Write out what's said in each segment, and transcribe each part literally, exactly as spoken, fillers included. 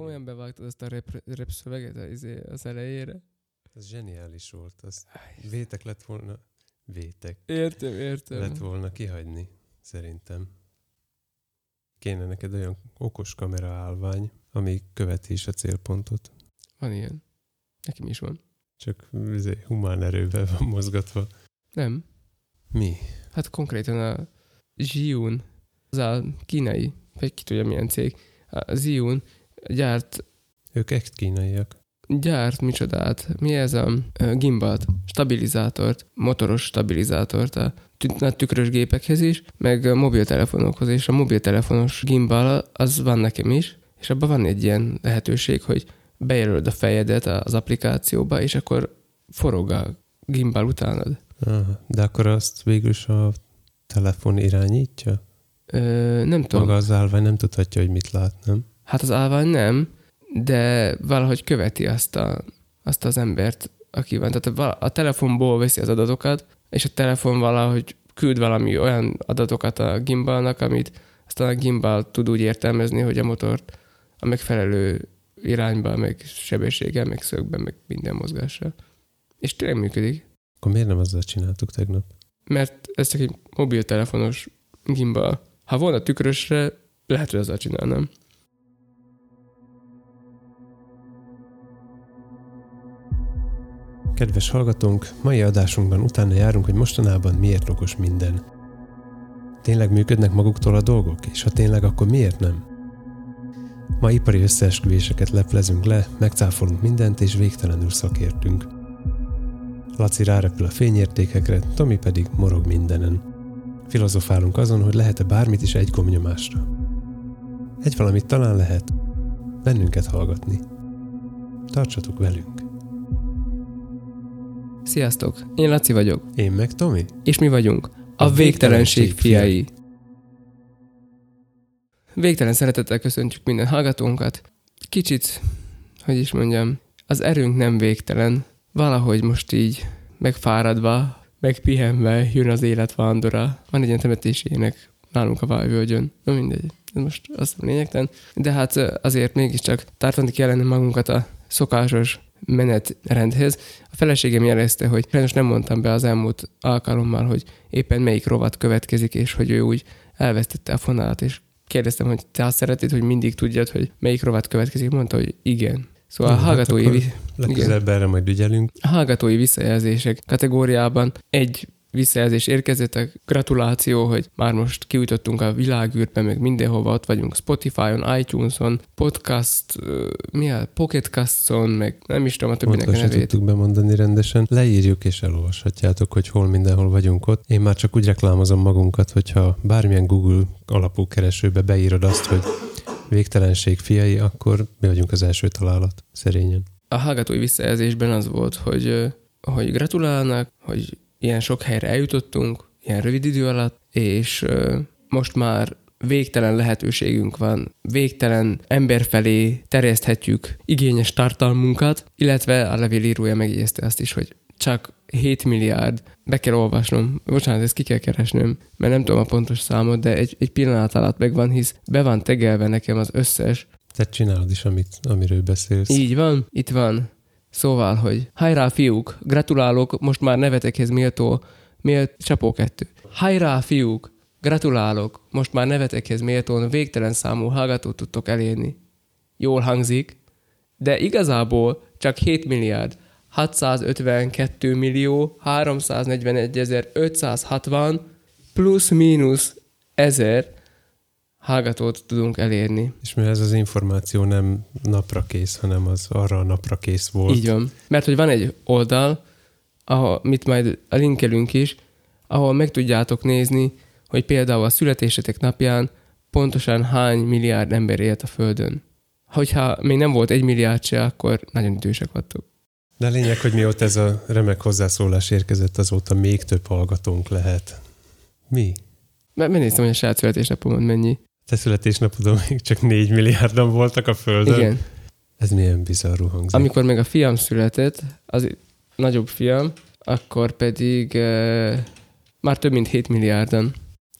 komolyan bevágtad azt a rep, rep szöveget az, az elejére? Ez zseniális volt. Az vétek lett volna... Vétek. Értem, értem. Lett volna kihagyni, szerintem. Kéne neked olyan okos kamera állvány, ami követi is a célpontot. Van ilyen. Nekem is van. Csak humán erővel van mozgatva. Nem. Mi? Hát konkrétan a Zhiyun, az a kínai, vagy ki tudja milyen cég, a Zhiyun gyárt... Ők echt kínaiak. Gyárt micsodát? Mi ez a gimbalt, stabilizátort, motoros stabilizátort a nagy tükrös gépekhez is, meg a mobiltelefonokhoz, és a mobiltelefonos gimbal az van nekem is, és abban van egy ilyen lehetőség, hogy bejelölöd a fejedet az applikációba, és akkor forog a gimbal utánad. Aha, de akkor azt végülis a telefon irányítja? Ö, nem tudom. Maga az állvány nem tudhatja, hogy mit lát, nem? Hát az állvány nem, de valahogy követi azt, a, azt az embert, aki van. Tehát a telefonból veszi az adatokat, és a telefon valahogy küld valami olyan adatokat a gimbalnak, amit aztán a gimbal tud úgy értelmezni, hogy a motort a megfelelő irányba, meg sebességgel, meg szögben, meg minden mozgással. És tényleg működik. Akkor miért nem azzal csináltuk tegnap? Mert ez csak egy mobiltelefonos gimbal. Ha volna tükrösre, lehet, hogy azzal csinálnám. Kedves hallgatónk, mai adásunkban utána járunk, hogy mostanában miért okos minden. Tényleg működnek maguktól a dolgok, és ha tényleg, akkor miért nem? Ma ipari összeesküvéseket leplezünk le, megcáfolunk mindent, és végtelenül szakértünk. Laci rárepül a fényértékekre, Tomi pedig morog mindenen. Filozofálunk azon, hogy lehet-e bármit is egy gombnyomásra. Egy valamit talán lehet. Bennünket hallgatni. Tartsatok velünk! Sziasztok! Én Laci vagyok. Én meg Tomi. És mi vagyunk a, a Végtelenség fiai. Végtelen szeretettel köszöntjük minden hallgatónkat. Kicsit, hogy is mondjam, az erőnk nem végtelen. Valahogy most így megfáradva, megpihenve jön az élet vándora. Van egy ilyen temetési ének nálunk a Vájvölgyön. Na mindegy, ez most azt a lényegtelen. De hát azért mégiscsak tartani kellene magunkat a szokásos menetrendhez. A feleségem jelezte, hogy sajnos nem mondtam be az elmúlt alkalommal, hogy éppen melyik rovat következik, és hogy ő úgy elvesztette a fonalat, és kérdeztem, hogy te azt szereted, hogy mindig tudjad, hogy melyik rovat következik. Mondta, hogy igen. Szóval Jó, a hallgatói, hát vi- legközelebb erre majd ügyelünk. a hallgatói visszajelzések kategóriában egy visszajelzés érkezett, a gratuláció, hogy már most kijutottunk a világűrbe, meg mindenhova, ott vagyunk Spotify-on, iTunes-on, podcast, uh, mi a Pocketcast-on, meg nem is tudom a többinek a Most nevét. tudtuk bemondani rendesen. Leírjuk és elolvashatjátok, hogy hol mindenhol vagyunk ott. Én már csak úgy reklámozom magunkat, hogyha bármilyen Google alapú keresőbe beírod azt, hogy Végtelenség fiai, akkor mi vagyunk az első találat, szerényen. A hallgatói visszajelzésben az volt, hogy, hogy gratulálnak, hogy ilyen sok helyre eljutottunk, ilyen rövid idő alatt, és most már végtelen lehetőségünk van, végtelen ember felé terjeszthetjük igényes tartalmunkat, illetve a levélírója megjegyezte azt is, hogy csak hét milliárd, be kell olvasnom, bocsánat, ezt ki kell keresnöm, mert nem tudom a pontos számot, de egy, egy pillanat alatt megvan, hisz be van tegelve nekem az összes. Te csinálod is, amit, amiről beszélsz. Így van, itt van. Szóval, hogy hajrá fiúk, gratulálok, most már nevetekhez méltó, mélt, csapó kettő. Hajrá fiúk, gratulálok, most már nevetekhez méltón végtelen számú hallgatót tudtok elérni. Jól hangzik, de igazából csak hét milliárd, hatszázötvenkettő millió, háromszáznegyvenegyezer-ötszázhatvan plusz-mínusz ezer hallgatót tudunk elérni. És mivel ez az információ nem napra kész, hanem az arra a napra kész volt. Így van. Mert hogy van egy oldal, ahol, mit majd a linkelünk is, ahol meg tudjátok nézni, hogy például a születésetek napján pontosan hány milliárd ember élt a Földön. Hogyha még nem volt egy milliárd se, akkor nagyon idősek vagytok. De a lényeg, hogy mióta ez a remek hozzászólás érkezett, azóta még több hallgatónk lehet. Mi? Mert megnéztem, hogy a saját születésnapomon mennyi. Te születésnapodon még csak négy milliárdan voltak a Földön? Igen. Ez milyen bizarrú hangzik. Amikor meg a fiam született, az nagyobb fiam, akkor pedig e, már több mint hét milliárdan.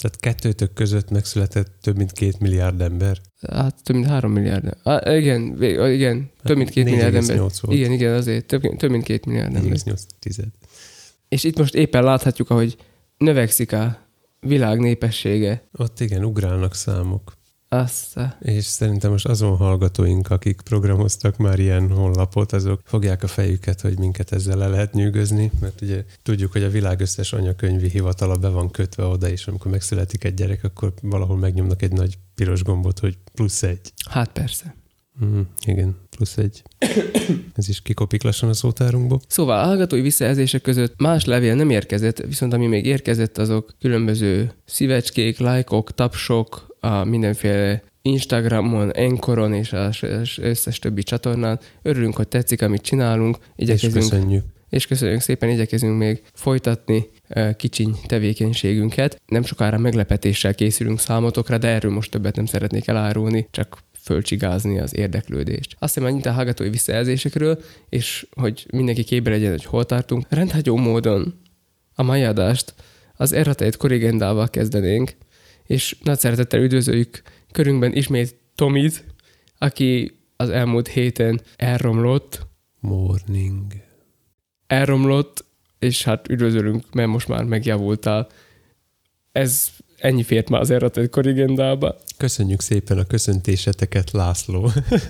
Tehát kettőtök között megszületett több mint két milliárd ember. Hát több mint három milliárd. Ah, igen, igen, több mint két milliárd ember. Igen, igen, azért több, több mint két milliárd ember. négy egész nyolc tized. És itt most éppen láthatjuk, ahogy növekszik a világ népessége. Ott igen, ugrálnak számok. Assza. És szerintem most azon hallgatóink, akik programoztak már ilyen honlapot, azok fogják a fejüket, hogy minket ezzel le lehet nyűgözni, mert ugye tudjuk, hogy a világ összes anyakönyvi hivatala be van kötve oda, és amikor megszületik egy gyerek, akkor valahol megnyomnak egy nagy piros gombot, hogy plusz egy. Hát persze. Mm, igen, plusz egy. Ez is kikopik lassan a szótárunkból. Szóval a hallgatói visszajelzések között más levél nem érkezett, viszont ami még érkezett, azok különböző szívecskék, lájkok, tapsok, a mindenféle Instagramon, Anchoron és az összes többi csatornán. Örülünk, hogy tetszik, amit csinálunk. Igyekezünk, és köszönjük. És köszönjük szépen, igyekezünk még folytatni kicsiny tevékenységünket. Nem sokára meglepetéssel készülünk számotokra, de erről most többet nem szeretnék elárulni, csak fölcsigázni az érdeklődést. Azt hiszem, annyit a hallgatói visszajelzésekről, és hogy mindenki képbe legyen, hogy hol tartunk. Rendhagyó módon a mai adást az Errateit korrigendával kezdenénk, és nagy szeretettel üdvözöljük körünkben ismét Tomit, aki az elmúlt héten elromlott. Morning. Elromlott, és hát üdvözölünk, mert most már megjavultál. Ez ennyi fért már az Errateit korrigendába. Köszönjük szépen a köszöntéseteket, László.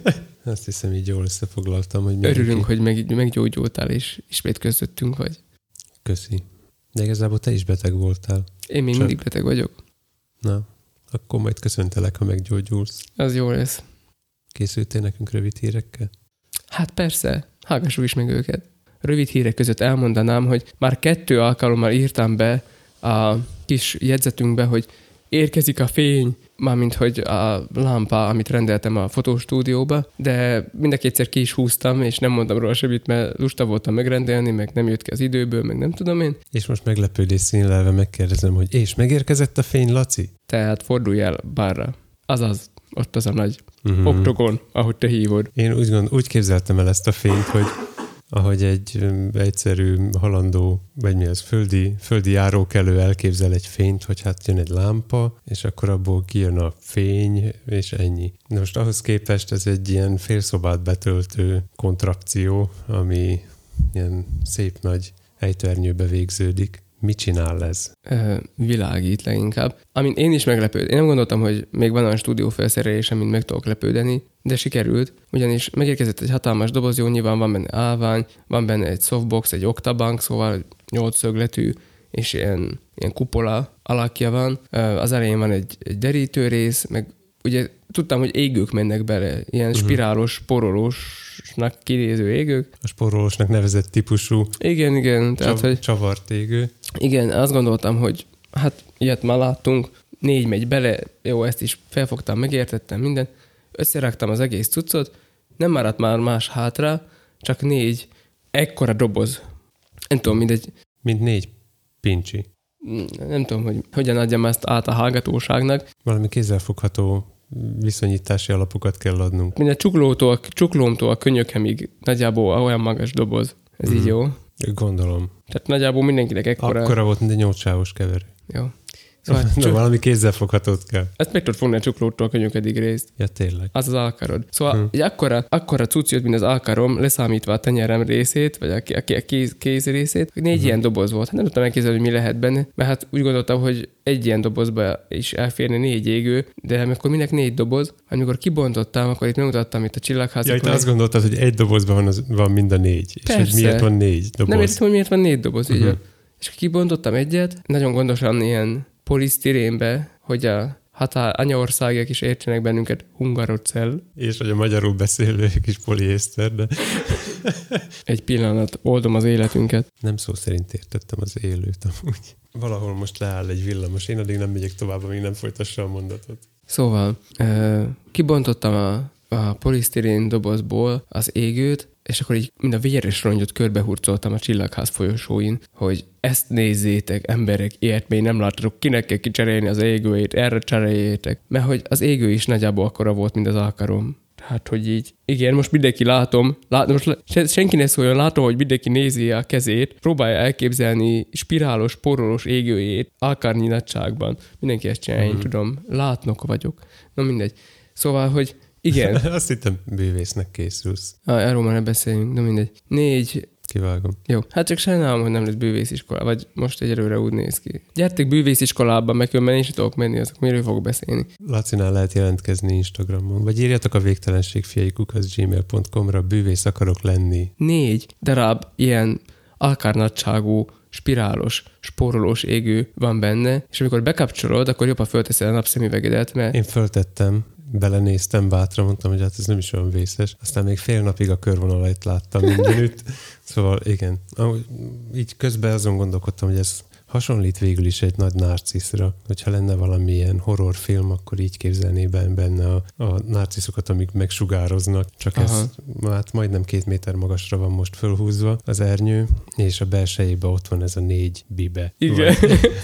Azt hiszem, így jól összefoglaltam, hogy mindenki... Örülünk, hogy meg, meggyógyultál, és ismét közöttünk vagy. Köszi. De igazából te is beteg voltál. Én még Csak... mindig beteg vagyok. Na, akkor majd köszöntelek, ha meggyógyulsz. Az jó lesz. Készültél nekünk rövid hírekkel? Hát persze, hallgassuk is meg őket. Rövid hírek között elmondanám, hogy már kettő alkalommal írtam be a kis jegyzetünkbe, hogy érkezik a fény, mármint hogy a lámpa, amit rendeltem a fotostúdióba, de mind a kétszer ki is húztam, és nem mondtam róla semmit, mert lusta voltam megrendelni, meg nem jött ki az időből, meg nem tudom én. És most meglepődés színlelve megkérdezem, hogy és megérkezett a fény, Laci? Tehát fordulj el bárra. Azaz, ott az a nagy uh-huh. oktogon, ahogy te hívod. Én úgy, gond, úgy képzeltem el ezt a fényt, hogy ahogy egy egyszerű halandó, vagy mi az, földi, földi járókelő elképzel egy fényt, hogy hát jön egy lámpa, és akkor abból kijön a fény, és ennyi. De most ahhoz képest ez egy ilyen félszobát betöltő kontrakció, ami ilyen szép nagy ejtőernyőbe végződik. Mit csinál ez? Ö, világít leginkább. Amin én is meglepődtem. Én nem gondoltam, hogy még van olyan stúdiófelszerelés, amin meg tudok lepődeni, de sikerült, ugyanis megérkezett egy hatalmas doboz, jó, nyilván van benne állvány, van benne egy softbox, egy oktabank, szóval nyolc szögletű, és ilyen, ilyen kupola alakja van. Az elején van egy, egy derítőrész, meg ugye tudtam, hogy égők mennek bele, ilyen uh-huh. spirálos, sporolósnak kinéző égők. A sporolósnak nevezett típusú. Igen, igen. Tehát, Csav- hogy, csavart égő. Igen, azt gondoltam, hogy hát ilyet már láttunk, négy megy bele, jó, ezt is felfogtam, megértettem mindent, összeraktam az egész cuccot, nem maradt már más hátra, csak négy ekkora doboz. Nem tudom, mindegy. Mint négy pincsi. Nem tudom, hogy hogyan adjam ezt át a hallgatóságnak. Valami kézzelfogható viszonyítási alapokat kell adnunk. Minden csuklótól, csuklómtól a könyökemig nagyjából olyan magas doboz. Ez mm. így jó. Gondolom. Tehát nagyjából mindenkinek ekkora. Akkora volt, mint egy nyolcsávos keverő. Jó. Szóval no, csuk... valami kézzelfoghatót kell. Ezt meg tudod fogni a csuklótól a könyökedig részt. Ja, tényleg. Az az alkarod. Szóval hm. egy akkora, akkora cucc jött, mint az alkarom, leszámítva a tenyerem részét, vagy a, a, a kéz, kéz részét. Négy hm. ilyen doboz volt. Hát nem tudtam elképzelni, hogy mi lehet benne, mert hát úgy gondoltam, hogy egy ilyen dobozba is elférne négy égő, de amikor minek négy doboz, amikor kibontottam, akkor itt megmutattam itt a csillagházakon. Ja, te azt gondoltad, hogy egy dobozban van, az, van mind a négy. Persze. És hogy miért van négy doboz. Nem értem, hogy miért van négy doboz. Uh-huh. Így és kibontottam egyet, nagyon gondosan ilyen polisztirénbe, hogy a határ anyaországok is értsenek bennünket, hungarocell. És hogy a magyarul beszélők is poliészter, de... Egy pillanat, oldom az életünket. Nem szó szerint értettem az élőt amúgy. Valahol most leáll egy villamos, én addig nem megyek tovább, amíg nem folytassa a mondatot. Szóval, uh, kibontottam a, a polisztirén dobozból az égőt, és akkor így mind a véres rongyot körbehurcoltam a csillagház folyosóin, hogy ezt nézzétek, emberek, ilyet még nem láttatok, kinek kell kicserélni az égőjét, erre cseréljétek. Mert hogy az égő is nagyjából akkora volt, mint az alkarom. Hát, hogy így, igen, most mindenki látom, lát, most senki ne szóljon, látom, hogy mindenki nézi a kezét, próbálja elképzelni spirálos, porolós égőjét akárnyi nagyságban. Mindenki ezt csinálja, mm-hmm. én tudom, látnok vagyok. Na mindegy. Szóval, hogy igen. Azt hittem, bűvésznek készülsz. Ah, erről már ne beszéljünk, na mindegy. Négy. Kivágom. Jó, hát csak sajnálom, hogy nem lesz bűvésziskola, vagy most egyelőre úgy néz ki. Gyertek bűvésziskolába, meg különben én is tudok menni, azok miről fogok beszélni. Lacinál lehet jelentkezni Instagramon, vagy írjatok a végtelenségfiaikuk az gmail pont com-ra, bűvész akarok lenni. Négy darab ilyen akárnagyságú, spirálos, spórolós égő van benne, és amikor bekapcsolod, akkor jobban fölteszed a napszemüvegedet, mert... Én föltettem, belenéztem bátran, mondtam, hogy hát ez nem is olyan vészes. Aztán még fél napig a körvonalait láttam mindenütt. Szóval igen, így közben azon gondolkodtam, hogy ez hasonlít végül is egy nagy narciszra. Hogyha lenne valamilyen horrorfilm, akkor így képzelné benne a, a narciszokat, amik megsugároznak. Csak Aha. ez hát majdnem két méter magasra van most fölhúzva az ernyő, és a belsejében ott van ez a négy bibe. Igen,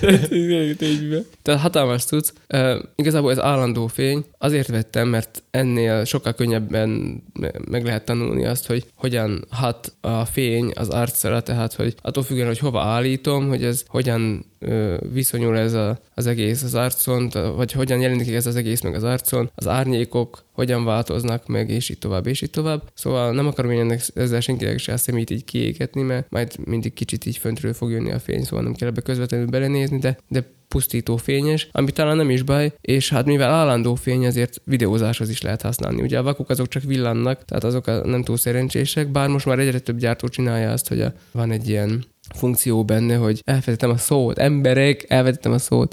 négy bibe. Tehát hatalmas tudsz. Uh, igazából ez állandó fény. Azért vettem, mert ennél sokkal könnyebben meg lehet tanulni azt, hogy hogyan hat a fény az arcra, tehát hogy attól függően, hogy hova állítom, hogy ez hogyan viszonyul ez a, az egész az arcon, vagy hogyan jelenik ez az egész meg az arcon, az árnyékok hogyan változnak meg, és így tovább, és így tovább. Szóval nem akarom én ennek ezzel senkinek se a szemét így kiégetni, mert majd mindig kicsit így föntről fog jönni a fény, szóval nem kell ebbe közvetlenül belenézni, de, de pusztító fényes, ami talán nem is baj, és hát mivel állandó fény, ezért videózáshoz is lehet használni. Ugye a vakuk azok csak villannak, tehát azok a nem túl szerencsések, bár most már egyre több gyártó csinálja azt, hogy a, van egy ilyen funkció benne, hogy elvetettem a szót, emberek, elvetettem a szót.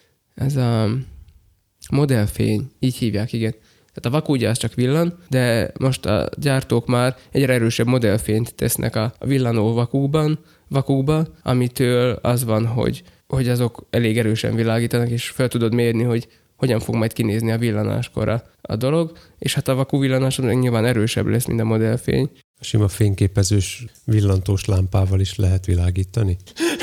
Ez a modellfény, így hívják, igen. Tehát a vakú ugye az csak villan, de most a gyártók már egyre erősebb modellfényt tesznek a villanó vakúban, vakúba, amitől az van, hogy, hogy azok elég erősen világítanak, és fel tudod mérni, hogy hogyan fog majd kinézni a villanáskor a, a dolog, és hát a vakú villanás nyilván erősebb lesz, mint a modellfény. A sima fényképezős villantós lámpával is lehet világítani?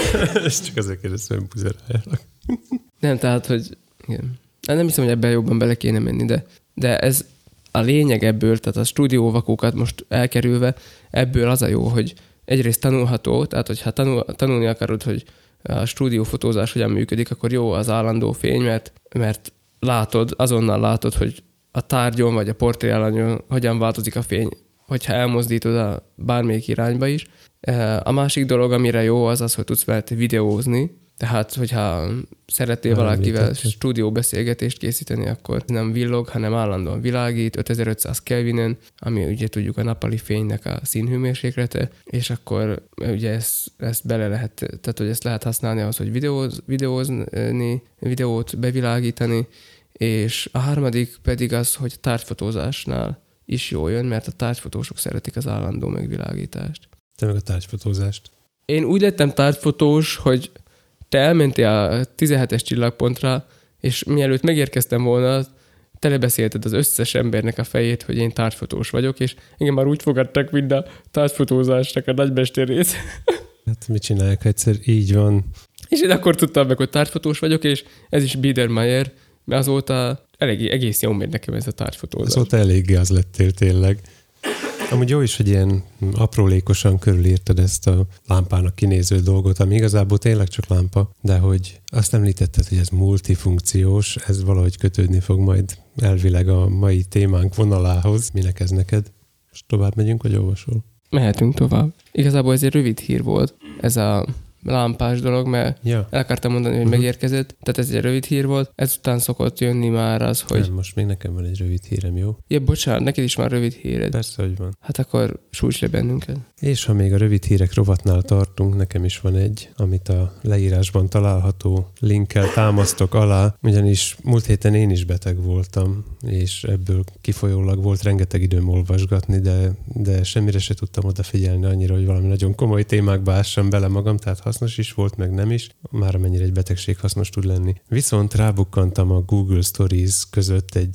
Ezt csak azért kérdeztem, hogy buzeráljanak. Nem, tehát, hogy igen. Nem hiszem, hogy ebben jobban bele kéne menni, de, de ez a lényeg ebből, tehát a stúdióvakókat most elkerülve, ebből az a jó, hogy egyrészt tanulható, tehát hogyha tanul, tanulni akarod, hogy a stúdiófotózás hogyan működik, akkor jó az állandó fény, mert, mert látod, azonnal látod, hogy a tárgyon vagy a portréalanyon hogyan változik a fény, hogyha elmozdítod a bármelyik irányba is. A másik dolog, amire jó, az az, hogy tudsz veled videózni. Tehát, hogyha szeretnél valakivel stúdióbeszélgetést készíteni, akkor nem villog, hanem állandóan világít, ötezer-ötszáz Kelvinen, ami ugye tudjuk a nappali fénynek a színhőmérséklete, és akkor ugye ezt, ezt bele lehet, tehát hogy ezt lehet használni ahhoz, hogy videóz, videózni, videót bevilágítani, és a harmadik pedig az, hogy tárgyfotózásnál is jól jön, mert a tárgyfotósok szeretik az állandó megvilágítást. Te meg a tárgyfotózást. Én úgy lettem tárgyfotós, hogy te elmentél a tizenhetes csillagpontra, és mielőtt megérkeztem volna, telebeszélted az összes embernek a fejét, hogy én tárgyfotós vagyok, és engem már úgy fogadtak, mint a tárgyfotózásnak a nagymesterét. Hát mit csinálják egyszer? Így van. És én akkor tudtam meg, hogy tárgyfotós vagyok, és ez is Biedermeier, mert azóta elég, egész jó megy nekem ez a tárgyfotózás. Azóta eléggé az lettél tényleg. Amúgy jó is, hogy ilyen aprólékosan körülírtad ezt a lámpának kinéző dolgot, ami igazából tényleg csak lámpa, de hogy azt említetted, hogy ez multifunkciós, ez valahogy kötődni fog majd elvileg a mai témánk vonalához. Minek ez neked? Most tovább megyünk, vagy olvasol? Mehetünk tovább. Igazából ez egy rövid hír volt, ez a lámpás dolog, mert ja. el akartam mondani, hogy uh-huh. megérkezett, tehát ez egy rövid hír volt, ezután szokott jönni már az, hogy... Nem, most még nekem van egy rövid hírem, jó? Ja, bocsánat, neked is már rövid híred. Persze, hogy van. Hát akkor sújts le bennünket. És ha még a rövid hírek rovatnál tartunk, nekem is van egy, amit a leírásban található linkkel támasztok alá, ugyanis múlt héten én is beteg voltam, és ebből kifolyólag volt rengeteg időm olvasgatni, de, de semmire se tudtam odafigyelni annyira, hogy valami nagyon komoly témákba ássam bele magam, tehát hasznos is volt, meg nem is, már amennyire egy betegség hasznos tud lenni. Viszont rábukkantam a Google Stories között egy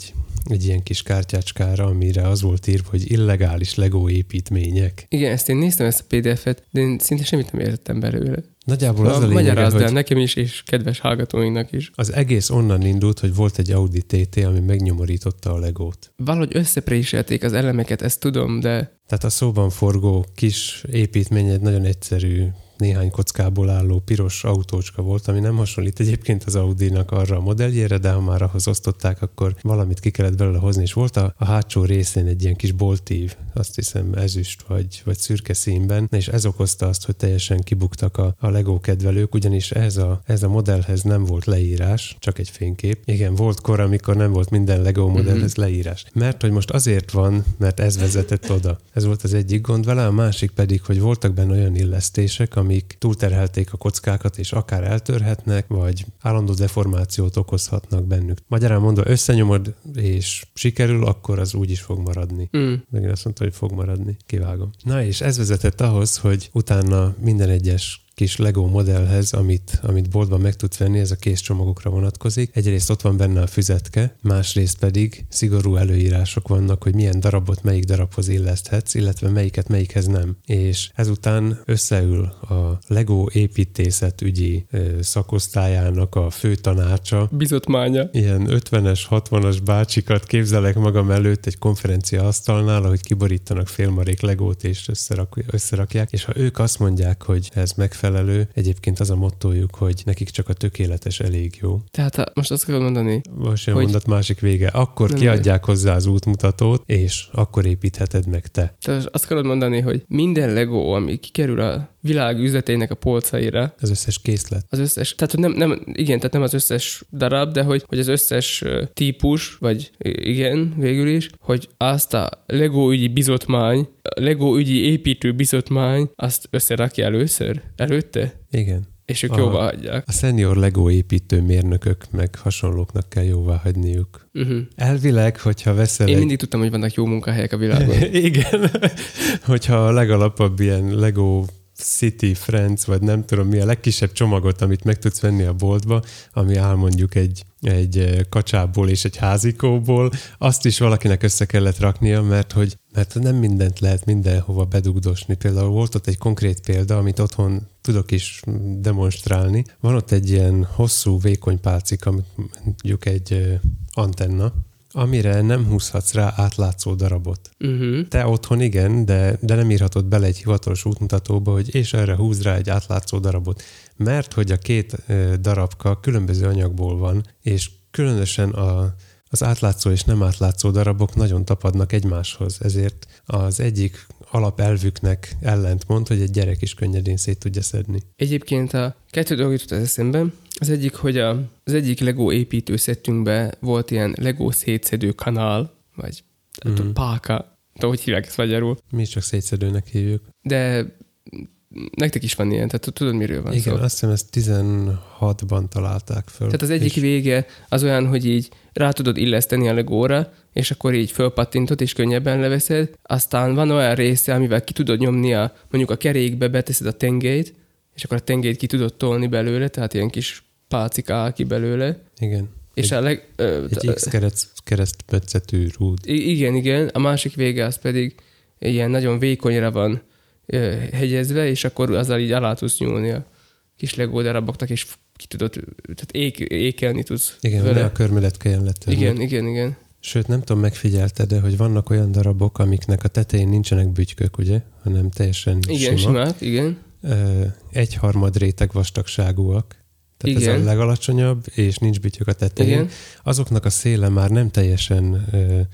egy ilyen kis kártyácskára, amire az volt írva, hogy illegális Lego építmények. Igen, ezt én néztem ezt a pé dé ef-et, de én szinte semmit nem értettem belőle. Nagyjából az a lényege, Magyarázd el hogy nekem is, és kedves hallgatóinknak is. az egész onnan indult, hogy volt egy Audi té té, ami megnyomorította a Legót. Valahogy összepréselték az elemeket, ezt tudom, de... Tehát a szóban forgó kis építmény egy nagyon egyszerű, néhány kockából álló piros autócska volt, ami nem hasonlít egyébként az Audinak arra a modelljére, de ha már ahhoz osztották, akkor valamit ki kellett belőle hozni, és volt a, a hátsó részén egy ilyen kis boltív, azt hiszem ezüst vagy, vagy szürke színben, és ez okozta azt, hogy teljesen kibuktak a, a Lego kedvelők, ugyanis ez a, ez a modellhez nem volt leírás, csak egy fénykép. Igen, volt kor, amikor nem volt minden Lego modellhez leírás. Mert hogy most azért van, mert ez vezetett oda. Ez volt az egyik gond vele, a másik pedig, hogy voltak benne olyan illesztések, amik túlterhelték a kockákat, és akár eltörhetnek, vagy állandó deformációt okozhatnak bennük. Magyarán mondva, összenyomod, és sikerül, akkor az úgy is fog maradni. Mm. Megint azt mondta, hogy fog maradni. Kivágom. Na és ez vezetett ahhoz, hogy utána minden egyes kis Lego modellhez, amit, amit boltban meg tudsz venni, ez a készcsomagokra vonatkozik. Egyrészt ott van benne a füzetke, másrészt pedig szigorú előírások vannak, hogy milyen darabot melyik darabhoz illeszthetsz, illetve melyiket melyikhez nem. És ezután összeül a Lego építészet ügyi ö, szakosztályának a fő tanácsa. Bizotmánya. Ilyen ötvenes, hatvanas bácsikat képzelek magam előtt egy konferencia asztalnál, ahogy kiborítanak félmarék Legót és összerak, összerakják, és ha ők azt mondják, hogy ez megfelelő, felelő. Egyébként az a mottójuk, hogy nekik csak a tökéletes elég jó. Tehát most azt kell mondani, most jön hogy... mondat másik vége. Akkor nem kiadják nem. hozzá az útmutatót, és akkor építheted meg te. Tehát azt kell mondani, hogy minden Lego, ami kikerül a világ üzleteinek a polcaira. Az összes készlet. Az összes, tehát nem, nem, igen, tehát nem az összes darab, de hogy, hogy az összes típus, vagy igen, végül is, hogy azt a Lego ügyi bizotmány, a Lego ügyi építő bizotmány, azt összerakja először, előtte. Igen. És ők a, jóvá hagyják. A senior Lego építő mérnökök meg hasonlóknak kell jóvá hagyniuk. Uh-huh. Elvileg, hogyha veszel... Én egy... mindig tudtam, hogy vannak jó munkahelyek a világon. Igen. Hogyha a legalapabb ilyen Lego City, Friends, vagy nem tudom mi a legkisebb csomagot, amit meg tudsz venni a boltba, ami áll mondjuk egy, egy kacsából és egy házikóból, azt is valakinek össze kellett raknia, mert hogy mert nem mindent lehet mindenhova bedugdosni. Például volt ott egy konkrét példa, amit otthon tudok is demonstrálni. Van ott egy ilyen hosszú, vékony pálcik, amit mondjuk egy antenna, amire nem húzhatsz rá átlátszó darabot. Uh-huh. Te otthon igen, de, de nem írhatod bele egy hivatalos útmutatóba, hogy és erre húz rá egy átlátszó darabot. Mert hogy a két ö, darabka különböző anyagból van, és különösen a, az átlátszó és nem átlátszó darabok nagyon tapadnak egymáshoz. Ezért az egyik alapelvüknek ellentmond, hogy egy gyerek is könnyedén szét tudja szedni. Egyébként a kettő dolgot jutott az eszembe. Az egyik, hogy a, az egyik Lego építőszettünkben volt ilyen Lego szétszedő kanál, vagy mm. tudom, páka, de hogy hívják ezt magyarul. Mi is csak szétszedőnek hívjuk. De nektek is van ilyen, tehát tudod, miről van szó. Igen, szó. azt hiszem ezt tizenhatban találták föl. Tehát az egyik és... vége az olyan, hogy így rá tudod illeszteni a Legóra, és akkor így fölpattintod, és könnyebben leveszed. Aztán van olyan része, amivel ki tudod nyomni a, mondjuk a kerékbe, beteszed a tengelyt, és akkor a tengelyt ki tudod tolni belőle, tehát ilyen kis pálcik áll ki belőle. Igen. És egy, a leg, ö, egy X kereszt, keresztmetszetű rúd. Igen, igen. A másik vége az pedig ilyen nagyon vékonyra van ö, hegyezve, és akkor azzal így alá tudsz nyúlni a kis Lego daraboknak, és ki tudod, tehát ék, ékelni tudsz. Igen, vele. A körmület kelljen letörni. Igen, igen, igen. Sőt, nem tudom, megfigyelted, de hogy vannak olyan darabok, amiknek a tetején nincsenek bütykök, ugye? Hanem teljesen igen, sima. simák, igen. Egyharmad réteg vastagságúak. Tehát igen. Ez a legalacsonyabb, és nincs büttyök a tetején. Igen. Azoknak a széle már nem teljesen...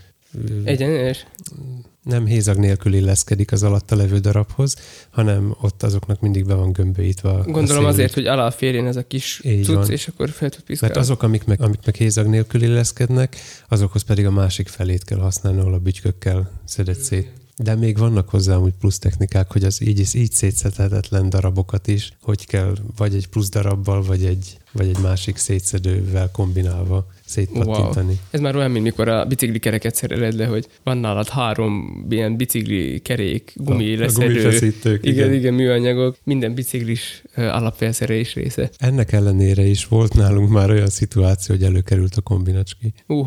Egyenes. Nem hézag nélkül illeszkedik az alatta levő darabhoz, hanem ott azoknak mindig be van gömbölyítve a Gondolom a azért, hogy alá férjen ez a kis így cucc, van. És akkor fel tud piszkálni. Mert azok, amik meg, amik meg hézag nélkül illeszkednek, azokhoz pedig a másik felét kell használni, ahol a bütykökkel szedett szét. De még vannak hozzá úgy plusz technikák, hogy az így, így szétszedhetetlen darabokat is, hogy kell vagy egy plusz darabbal, vagy egy, vagy egy másik szétszedővel kombinálva szétpattintani. Wow. Ez már olyan, mint mikor a bicikli kereket szereled le, hogy van nálad három ilyen bicikli kerék, gumi leszedő. Igen, igen, igen, műanyagok, minden biciklis alapfelszerelés része. Ennek ellenére is volt nálunk már olyan szituáció, hogy előkerült a kombinacski. Uha,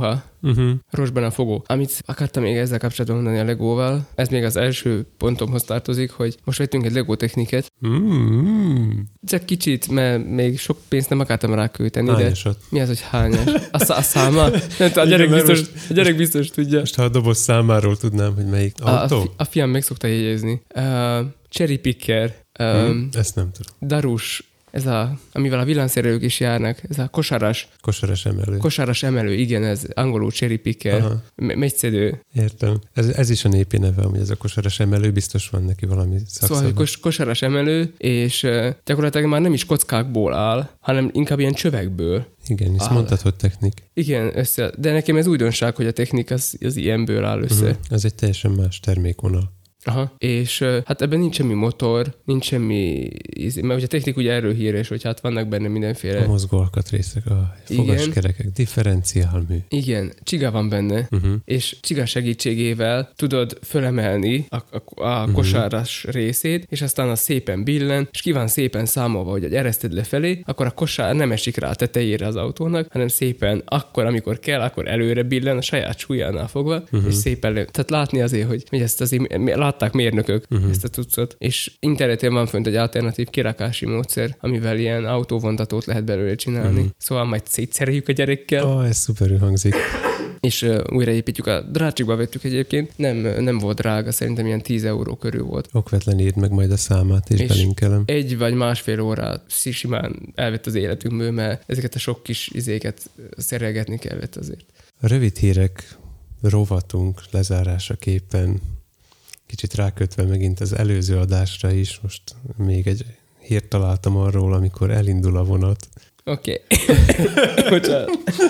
Uh-huh. Rostban a fogó. Amit akartam még ezzel kapcsolatban mondani a Legóval, ez még az első pontomhoz tartozik, hogy most vettünk egy Lego techniket. Mm-hmm. Csak kicsit, mert még sok pénzt nem akartam rá költeni, de Hányasat? mi az, hogy hányas? A, szá- a száma? Nem, a gyerek, Igen, biztos, most, a gyerek biztos tudja. Most ha a doboz számáról tudnám, hogy melyik A, a, autó? fi, a fiam meg szokta jegyezni. Uh, cherry picker, um, hmm, ezt nem tudom. darus, ez a, amivel a villanyszerelők is járnak, ez a kosaras, Kosaras emelő. kosaras emelő, igen, ez angolul cherry picker, me- megyszedő. Értem. Ez, ez is a népi neve, hogy ez a kosaras emelő, biztos van neki valami szakszava. Szóval, hogy kos- kosaras emelő, és uh, gyakorlatilag már nem is kockákból áll, hanem inkább ilyen csövekből. Igen, ezt áll. mondtad, hogy technik. Igen, össze, de nekem ez újdonság, hogy a technik az, az ilyenből áll össze. Uh-huh. Ez egy teljesen más termékvonal. Aha, és uh, hát ebben nincs semmi motor, nincs semmi, mert ugye a technik ugye erről híres, hogy hát vannak benne mindenféle... A mozgó alkatrészek, a fogaskerekek, differenciálmű. Igen, csiga van benne, Uh-huh. és csiga segítségével tudod fölemelni a, a, a Mhm. kosáras részét, és aztán az szépen billen, és ki van szépen számolva, hogy egy ereszted lefelé, akkor a kosár nem esik rá a tetejére az autónak, hanem szépen akkor, amikor kell, akkor előre billen a saját súlyánál fogva, Mhm. és szépen le... Tehát látni azért, hogy, hogy ezt azért látták mérnökök, Mhm. ezt a cuccot, és interneten van fönt egy alternatív kirakási módszer, amivel ilyen autóvontatót lehet belőle csinálni. Mhm. Szóval majd szétszereljük a gyerekkel, Ó, oh, ez szuperül hangzik. és uh, újraépítjük. A drácsikba vettük egyébként. Nem, nem volt drága, szerintem ilyen tíz euró körül volt. Okvetlen írd meg majd a számát, és, És- belinkelem. Egy vagy másfél órát simán elvett az életünkből, mert ezeket a sok kis izéket szerelgetni kellett azért. A rövid hírek rovatunk lezárásaképpen kicsit rákötve megint az előző adásra is, most még egy hírt találtam arról, amikor elindul a vonat. Oké. Okay. Bocsánat.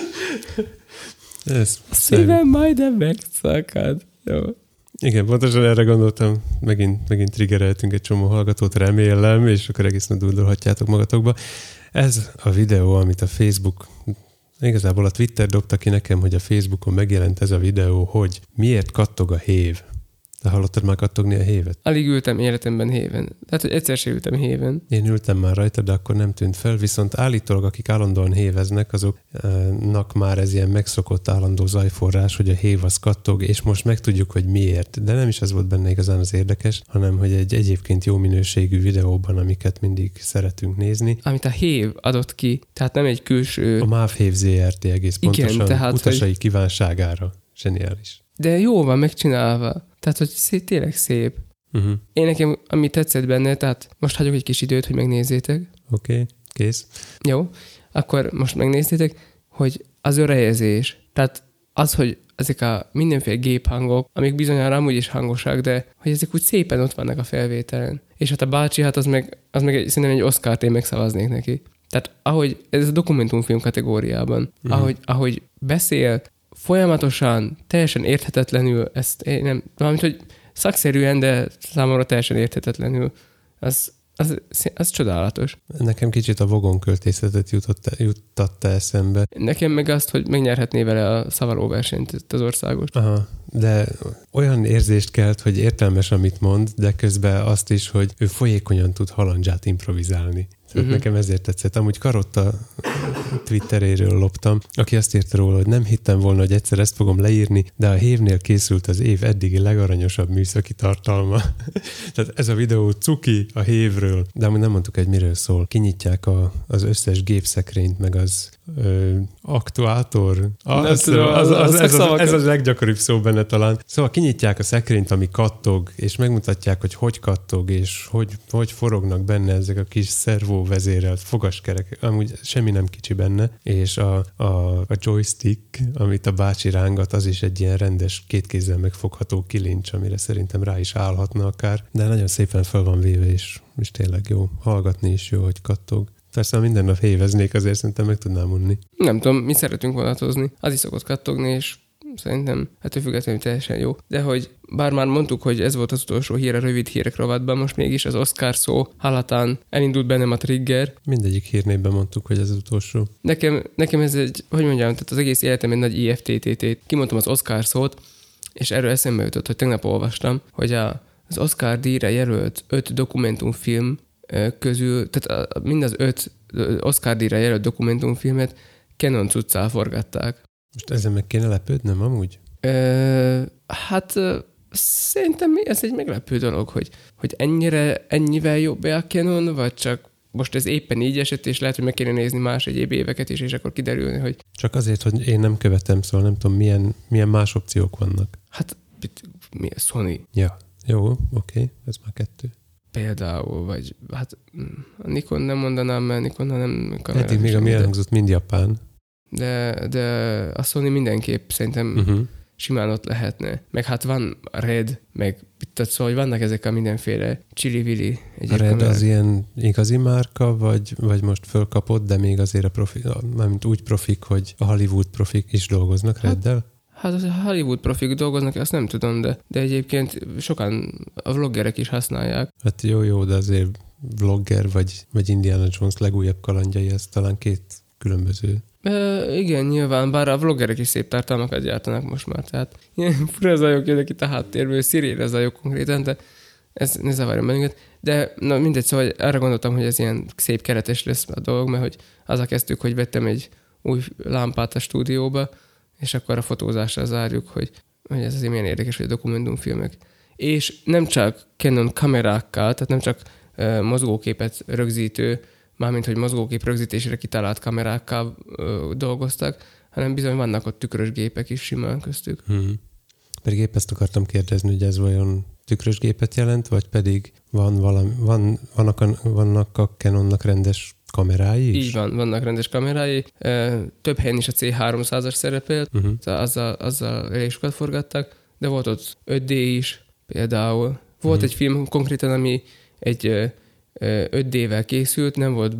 Ez A szívem majdnem megszakad. Jó. Igen, pontosan erre gondoltam, megint, megint triggereltünk egy csomó hallgatót, remélem, és akkor egészen dúldolhatjátok magatokba. Ez a videó, amit a Facebook, igazából a Twitter dobta ki nekem, hogy a Facebookon megjelent ez a videó, hogy miért kattog a hév. De hallottad már kattogni a hévet? Alig ültem életemben héven. Tehát, hogy egyszer sem ültem héven. Én ültem már rajta, de akkor nem tűnt fel, viszont állítólag, akik állandóan héveznek, azoknak már ez ilyen megszokott állandó zajforrás, hogy a hév az kattog, és most megtudjuk, hogy miért. De nem is ez volt benne igazán az érdekes, hanem hogy egy egyébként jó minőségű videóban, amiket mindig szeretünk nézni. Amit a hév adott ki, tehát nem egy külső... A MÁV Hév zé er té egész Igen, pontosan tehát, utasai hogy- kívánságára. Zseniális. De jó van megcsinálva. Tehát, hogy szép, tényleg szép. Uh-huh. Én nekem, ami tetszett benne, tehát most hagyok egy kis időt, hogy megnézzétek. Oké, okay, kész. Jó? Akkor most megnézzétek, hogy az örejezés, tehát az, hogy ezek a mindenféle géphangok, amik bizonyára amúgy is hangosak, de hogy ezek úgy szépen ott vannak a felvételen. És hát a bácsi, hát az meg, az meg egy, szerintem egy Oscart én megszavaznék neki. Tehát ahogy, ez a dokumentumfilm kategóriában, Mhm. ahogy, ahogy beszél, folyamatosan, teljesen érthetetlenül, ezt én nem, valamint, hogy szakszerűen, de számomra teljesen érthetetlenül, az, az, az csodálatos. Nekem kicsit a vogon költészetet jutott, juttatta eszembe. Nekem meg azt, hogy megnyerhetné vele a szavalóversenyt, itt az országos. Aha, de olyan érzést kelt, hogy értelmes, amit mond, de közben azt is, hogy ő folyékonyan tud halandzsát improvizálni. Tehát Mhm. uh-huh. nekem ezért tetszett. Amúgy Karotta Twitteréről loptam, aki azt írta róla, hogy nem hittem volna, hogy egyszer ezt fogom leírni, de a hévnél készült az év eddigi legaranyosabb műszaki tartalma. Tehát ez a videó cuki a hévről, de amúgy nem mondtuk, hogy miről szól. Kinyitják a, az összes gépszekrényt, meg az ö, aktuátor. Az, tudom, az, az, az- az, az ez, az, szavakat. ez az leggyakoribb szó benne talán. Szóval kinyitják a szekrényt, ami kattog, és megmutatják, hogy hogy kattog, és hogy, hogy forognak benne ezek a kis szervóvezérelt fogaskerek. Amúgy semmi nem kicsi benne, és a, a, a joystick, amit a bácsi rángat, az is egy ilyen rendes, két kézzel megfogható kilincs, amire szerintem rá is állhatna akár, de nagyon szépen fel van véve, és, és tényleg jó. Hallgatni is jó, hogy kattog. Persze, ha minden nap héveznék, azért szerintem meg tudnám unni. Nem tudom, mi szeretünk vonatozni. Az is szokott kattogni, és szerintem ettől függetlenül teljesen jó. De hogy bár már mondtuk, hogy ez volt az utolsó hír a rövid hírek rovatban, most mégis az Oscar szó hallatán elindult bennem a trigger. Mindegyik hírnében mondtuk, hogy ez az utolsó. Nekem, nekem ez egy, hogy mondjam, tehát az egész életem egy nagy I F T T T. Kimondtam az Oscar szót, és erről eszembe jutott, hogy tegnap olvastam, hogy a, az Oscar díjra jelölt öt dokumentumfilm ö, közül, tehát a, mind az öt ö, Oscar díjra jelölt dokumentumfilmet Canon cuccál forgatták. Most ezen meg kéne lepődnöm amúgy? Ö, hát szerintem ez egy meglepő dolog, hogy, hogy ennyire, ennyivel jobb a Canon, vagy csak most ez éppen így esett, és lehet, hogy meg kéne nézni más egyéb éveket is, és akkor kiderülni, hogy... Csak azért, hogy én nem követem, szóval nem tudom, milyen, milyen más opciók vannak. Hát, mi a Sony? Ja, jó, oké, okay, ez már kettő. Például, vagy hát a Nikon nem mondanám, mert Nikonnal nem kamerák. Eddig még ami elhangzott mind japán. De, de a Sony mindenképp szerintem uh-huh. simán ott lehetne. Meg hát van a Red, meg tehát szóval, hogy vannak ezek a mindenféle csili-vili. A Red kamerák. Az ilyen igazi márka, vagy, vagy most fölkapott, de még azért a profi, mármint úgy profik, hogy a Hollywood profik is dolgoznak hát, Reddel? Hát az a Hollywood profik dolgoznak, azt nem tudom, de, de egyébként sokan a vloggerek is használják. Hát jó, jó, de azért vlogger vagy, vagy Indiana Jones legújabb kalandjai, ez talán két különböző. E, igen, nyilván, bár a vloggerek is szép tartalmakat gyártanak most már, tehát ilyen fura zajok jönnek itt a háttérből, szirére zajok konkrétan, de ez ne zavarja bennünket. De na mindegy, szóval arra gondoltam, hogy ez ilyen szép keretes lesz a dolog, mert hogy azzal kezdtük, hogy vettem egy új lámpát a stúdióba, és akkor a fotózásra zárjuk, hogy, hogy ez azért milyen érdekes, hogy a dokumentumfilmek. És nem csak Canon kamerákkal, tehát nem csak uh, mozgóképet rögzítő, mármint, hogy mozgókép rögzítésére kitalált kamerákkal uh, dolgoztak, hanem bizony vannak ott tükrös gépek is simán köztük. Hmm. Pedig épp ezt akartam kérdezni, hogy ez vajon tükrös gépet jelent, vagy pedig van valami, van, vannak, a, vannak a Canonnak rendes kamerái is? Így van, vannak rendes kamerái. Több helyen is a cé háromszázas szerepelt, uh-huh. azzal, azzal elég sokat forgattak, de volt ott öt dé is például. Volt uh-huh. egy film konkrétan, ami egy öt dé-vel készült, nem volt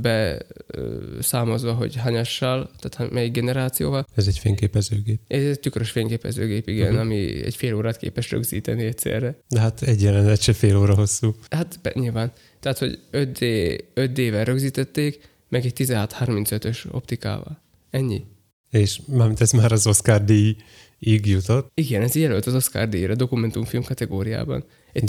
beszámozva, hogy hanyassal, tehát melyik generációval. Ez egy fényképezőgép. Ez egy tükrös fényképezőgép, igen, uh-huh. ami egy fél órát képes rögzíteni egyszerre. De hát egy jelenet se fél óra hosszú. Hát be, nyilván. Tehát, hogy öt dé, öt dé-vel rögzítették, meg egy tizenhat harmincötös optikával. Ennyi. És mármint ez már az Oscar díjig jutott? Igen, ez jelölt az Oscar díjra dokumentumfilm kategóriában. Egy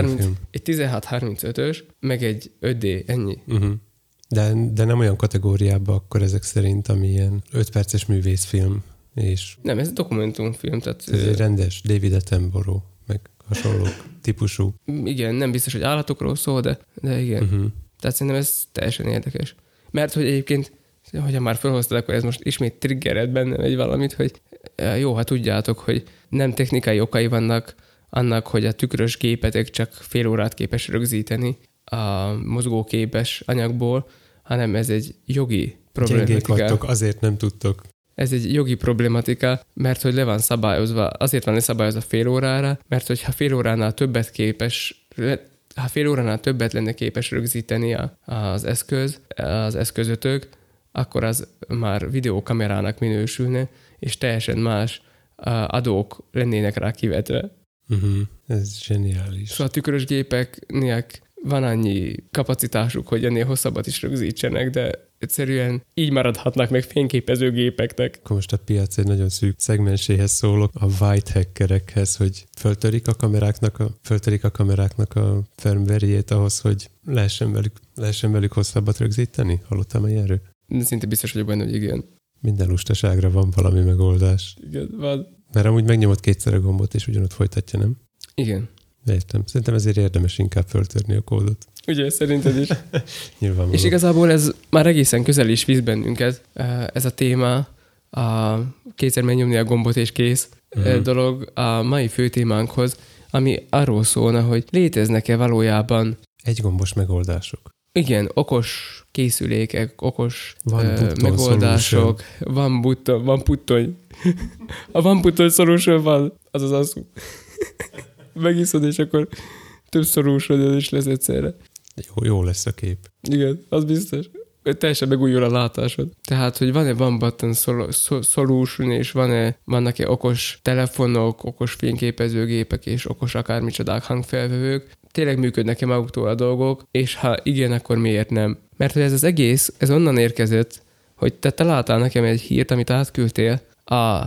tizenhat harmincötös, meg egy öt dé, ennyi. Uh-huh. De, de nem olyan kategóriában akkor ezek szerint, ami ilyen öt perces művészfilm, és... Nem, ez dokumentumfilm, tehát... Ez egy rendes David Attenborough, meg hasonlók típusú. Igen, nem biztos, hogy állatokról szól, de, de igen. Uh-huh. Tehát szerintem ez teljesen érdekes. Mert hogy egyébként, hogyha már felhoztad, akkor ez most ismét triggered bennem egy valamit, hogy jó, hát tudjátok, hogy nem technikai okai vannak annak, hogy a tükrös gépetek csak fél órát képes rögzíteni a mozgóképes anyagból, hanem ez egy jogi problematika. Gyengék vagytok, azért nem tudtok. Ez egy jogi problematika, mert hogy le van szabályozva, azért van leszabályozva fél órára, mert hogyha fél óránál többet képes, ha fél óránál többet lenne képes rögzíteni az eszköz, az eszközötök, akkor az már videókamerának minősülne, és teljesen más adók lennének rá kivetve. Uh-huh. Ez zseniális. Szóval a tükrös gépeknél van annyi kapacitásuk, hogy ennél hosszabbat is rögzítsenek, de egyszerűen így maradhatnak meg fényképezőgépeknek. Akkor most a piac egy nagyon szűk szegmenséhez szólok, a white hackerekhez, hogy föltörik a kameráknak a, föltörik a kameráknak a firmware-jét ahhoz, hogy lehessen velük, lehessen velük hosszabbat rögzíteni? Hallottam ilyenről? Szinte biztos vagyok benne, hogy igen. Minden lustaságra van valami megoldás. Igen, van. Mert amúgy megnyomod kétszer a gombot, és ugyanott folytatja, nem? Igen. Értem. Szerintem ezért érdemes inkább föltörni a kódot. Ugye, szerinted is. Nyilvánvaló. És igazából ez már egészen közel is visz bennünket, ez a téma, a kétszer megnyomni a gombot és kész uh-huh. dolog a mai fő témánkhoz, ami arról szólna, hogy léteznek-e valójában egy gombos megoldások. Igen, okos készülékek, okos van uh, megoldások, solution. van button, van puttony. A van puttony solution van, az az asszú. Megiszod, és akkor több solution is lesz egyszerre. Jó, jó lesz a kép. Igen, az biztos. Teljesen megújul a látásod. Tehát, hogy van-e one button solution, és van-e, vannak-e okos telefonok, okos fényképezőgépek, és okos akármicsodák hangfelvevők, tényleg működnek-e maguktól a dolgok, és ha igen, akkor miért nem? Mert hogy ez az egész, ez onnan érkezett, hogy te találtál nekem egy hírt, amit átküldtél, a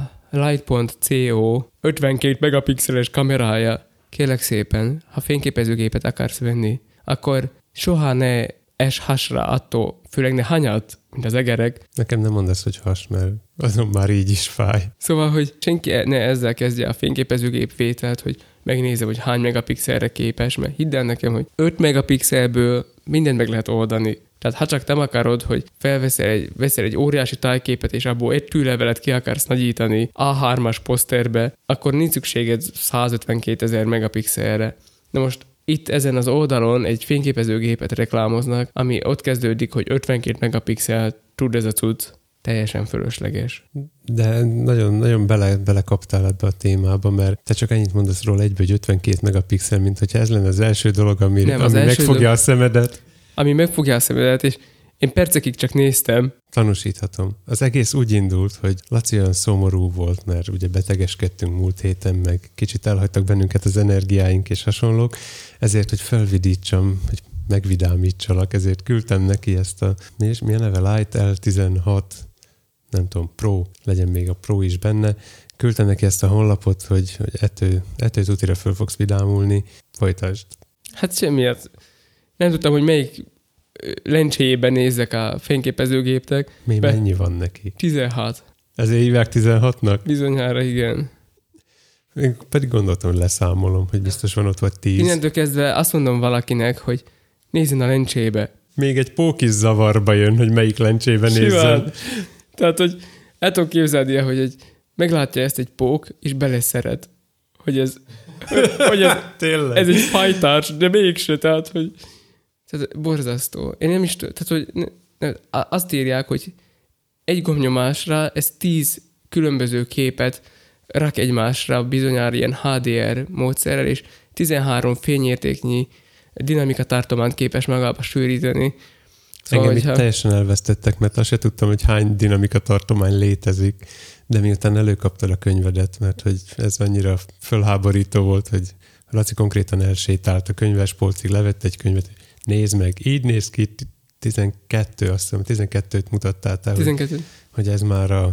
Light.co ötvenkét megapixeles kamerája. Kérlek szépen, ha fényképezőgépet akarsz venni, akkor soha ne es hasra attól, főleg ne hanyat, mint az egerek. Nekem nem mondasz, hogy has, mert azon már így is fáj. Szóval, hogy senki ne ezzel kezdje a fényképezőgép vételt, hogy megnézze, hogy hány megapixelre képes, mert hidd el nekem, hogy öt megapixelből mindent meg lehet oldani. Tehát ha csak nem akarod, hogy felveszel egy, veszel egy óriási tájképet, és abból egy tűlevelet ki akarsz nagyítani á hármas poszterbe, akkor nincs szükséged százötvenkétezer megapixelre. Na most itt ezen az oldalon egy fényképezőgépet reklámoznak, ami ott kezdődik, hogy ötvenkét megapixel tud ez a cucc. Teljesen fölösleges. De nagyon, nagyon bele, belekaptál ebbe a témába, mert te csak ennyit mondasz róla egy vagy ötvenkét megapixel, mint hogyha ez lenne az első dolog, ami, Nem, ami megfogja dolog, a szemedet. Ami megfogja a szemedet, és én percekig csak néztem. Tanúsíthatom. Az egész úgy indult, hogy Laci olyan szomorú volt, mert ugye betegeskedtünk múlt héten, meg kicsit elhagytak bennünket az energiáink és hasonlók, ezért, hogy felvidítsam, hogy megvidámítsalak, ezért küldtem neki ezt a, mi, is, mi a neve? Light el tizenhat, nem tudom, Pro, legyen még a Pro is benne. Küldtem neki ezt a honlapot, hogy, hogy ettől, ettől tutira föl fogsz vidámulni. Folytasd. Hát semmiért. Nem tudtam, hogy melyik lencséjében nézzek a fényképezőgépnek. Mi mennyi van neki? tizenhat. Ezért hívják tizenhatnak? Bizonyára, igen. Én pedig gondoltam, hogy leszámolom, hogy biztos van ott vagy tíz. Innentől kezdve azt mondom valakinek, hogy nézzen a lencsébe. Még egy pók is zavarba jön, hogy melyik lencsébe nézzen. Tehát, hogy el tudom képzelni, hogy egy, meglátja ezt egy pók, és beleszeret. Hogy ez, hogy ez, ez egy fajtárs, de mégse, tehát, hogy tehát borzasztó. Én nem is tudom, tehát, hogy ne, ne, azt írják, hogy egy gombnyomásra ez tíz különböző képet rak egymásra bizonyára ilyen há dé er módszerrel, és tizenhárom fényértéknyi dinamika tartományt képes magába sűríteni. Szóval, engem hogyha... itt teljesen elvesztettek, mert azt se tudtam, hogy hány dinamika tartomány létezik, de miután előkaptad a könyvedet, mert hogy ez annyira fölháborító volt, hogy Laci konkrétan elsétált a könyvespolcig, levett egy könyvet, nézd meg, így néz ki, tizenkettő, azt hiszem, tizenkettőt mutattál te, hogy, hogy ez már a,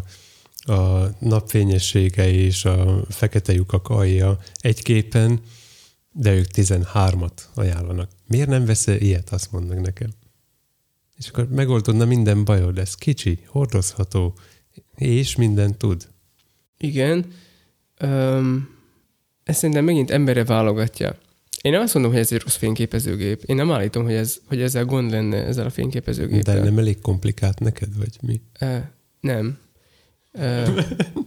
a napfényessége és a fekete lyukak alja egy képen, de ők tizenhármat ajánlanak. Miért nem veszel ilyet, azt mondd meg nekem. És akkor megoldodna minden bajod, ez kicsi, hordozható, és minden tud. Igen. Um, ezt szerintem megint emberre válogatja. Én nem azt mondom, hogy ez egy rossz fényképezőgép. Én nem állítom, hogy, ez, hogy ezzel gond lenne ezzel a fényképezőgéppel. De nem elég komplikált neked, vagy mi? Uh, nem. Uh,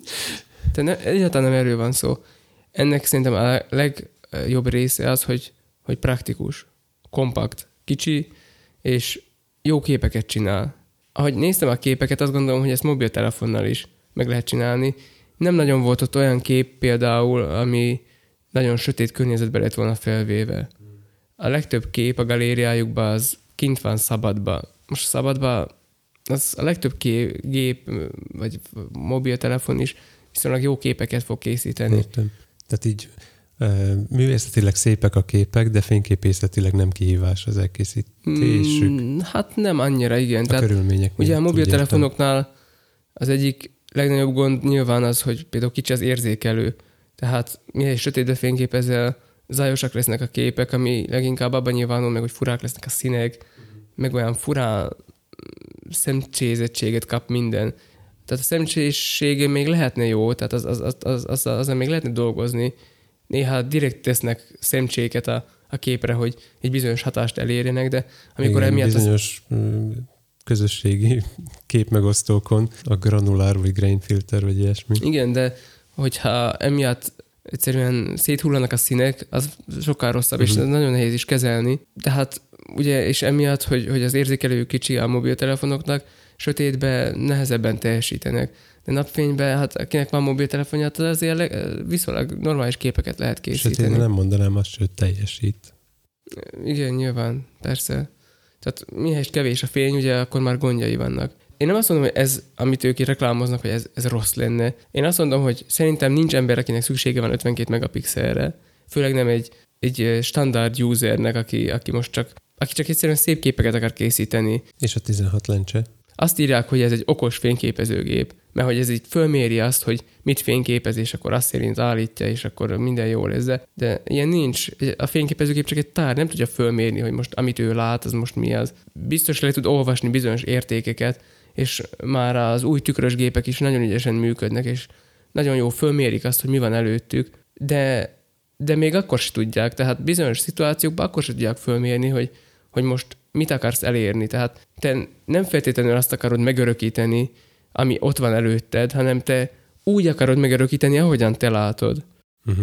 te ne, egyáltalán nem erről van szó. Ennek szerintem a legjobb része az, hogy, hogy praktikus, kompakt, kicsi, és jó képeket csinál. Ahogy néztem a képeket, azt gondolom, hogy ezt mobiltelefonnal is meg lehet csinálni. Nem nagyon volt ott olyan kép például, ami nagyon sötét környezetben lett volna felvéve. A legtöbb kép a galériájukban az kint van szabadba. Most szabadba az a legtöbb kép, gép, vagy mobiltelefon is viszonylag jó képeket fog készíteni. Értem. Tehát így művészetileg szépek a képek, de fényképészetileg nem kihívás az elkészítésük. Mm, hát nem annyira, igen. A Tehát körülmények ugye a mobiltelefonoknál az egyik legnagyobb gond nyilván az, hogy például kicsi az érzékelő. Tehát mihez sötétbe fényképezel, zajosak lesznek a képek, ami leginkább abban nyilvánul meg, hogy furák lesznek a színek, meg olyan furá szemcsézettséget kap minden. Tehát a szemcsészsége még lehetne jó, tehát az, az, az, az, az, azon még lehetne dolgozni. Néha direkt tesznek szemcséket a, a képre, hogy egy bizonyos hatást elérjenek, de amikor igen, emiatt... bizonyos az... közösségi képmegosztókon, a granulár vagy grain filter, vagy ilyesmi. Igen, de hogyha emiatt egyszerűen széthullanak a színek, az sokkal rosszabb, uh-huh. és nagyon nehéz is kezelni. Tehát ugye, és emiatt, hogy, hogy az érzékelő kicsi a mobiltelefonoknak, sötétben nehezebben teljesítenek. De napfényben, hát akinek van mobiltelefonja, az azért viszonylag normális képeket lehet készíteni. Sötétben nem mondanám azt, hogy teljesít. Igen, nyilván, persze. Tehát mihez kevés a fény, ugye akkor már gondjai vannak. Én nem azt mondom, hogy ez, amit ők reklámoznak, hogy ez, ez rossz lenne. Én azt mondom, hogy szerintem nincs ember, akinek szüksége van ötvenkét megapixelre. Főleg nem egy, egy standard usernek, aki, aki most csak, aki csak egyszerűen szép képeket akar készíteni. És a tizenhat lencse? Azt írják, hogy ez egy okos fényképezőgép. mert hogy ez így fölméri azt, hogy mit fényképez, és akkor azt szerint állítja, és akkor minden jó lesz. De, de ilyen nincs. A fényképezőgép csak egy tár, nem tudja fölmérni, hogy most amit ő lát, az most mi az. Biztos le tud olvasni bizonyos értékeket, és már az új tükrös gépek is nagyon ügyesen működnek, és nagyon jó fölmérik azt, hogy mi van előttük, de, de még akkor se tudják, tehát bizonyos szituációkban akkor se tudják fölmérni, hogy, hogy most mit akarsz elérni. Tehát te nem feltétlenül azt akarod megörökíteni, ami ott van előtted, hanem te úgy akarod megörökíteni, ahogyan te látod. Uh-huh.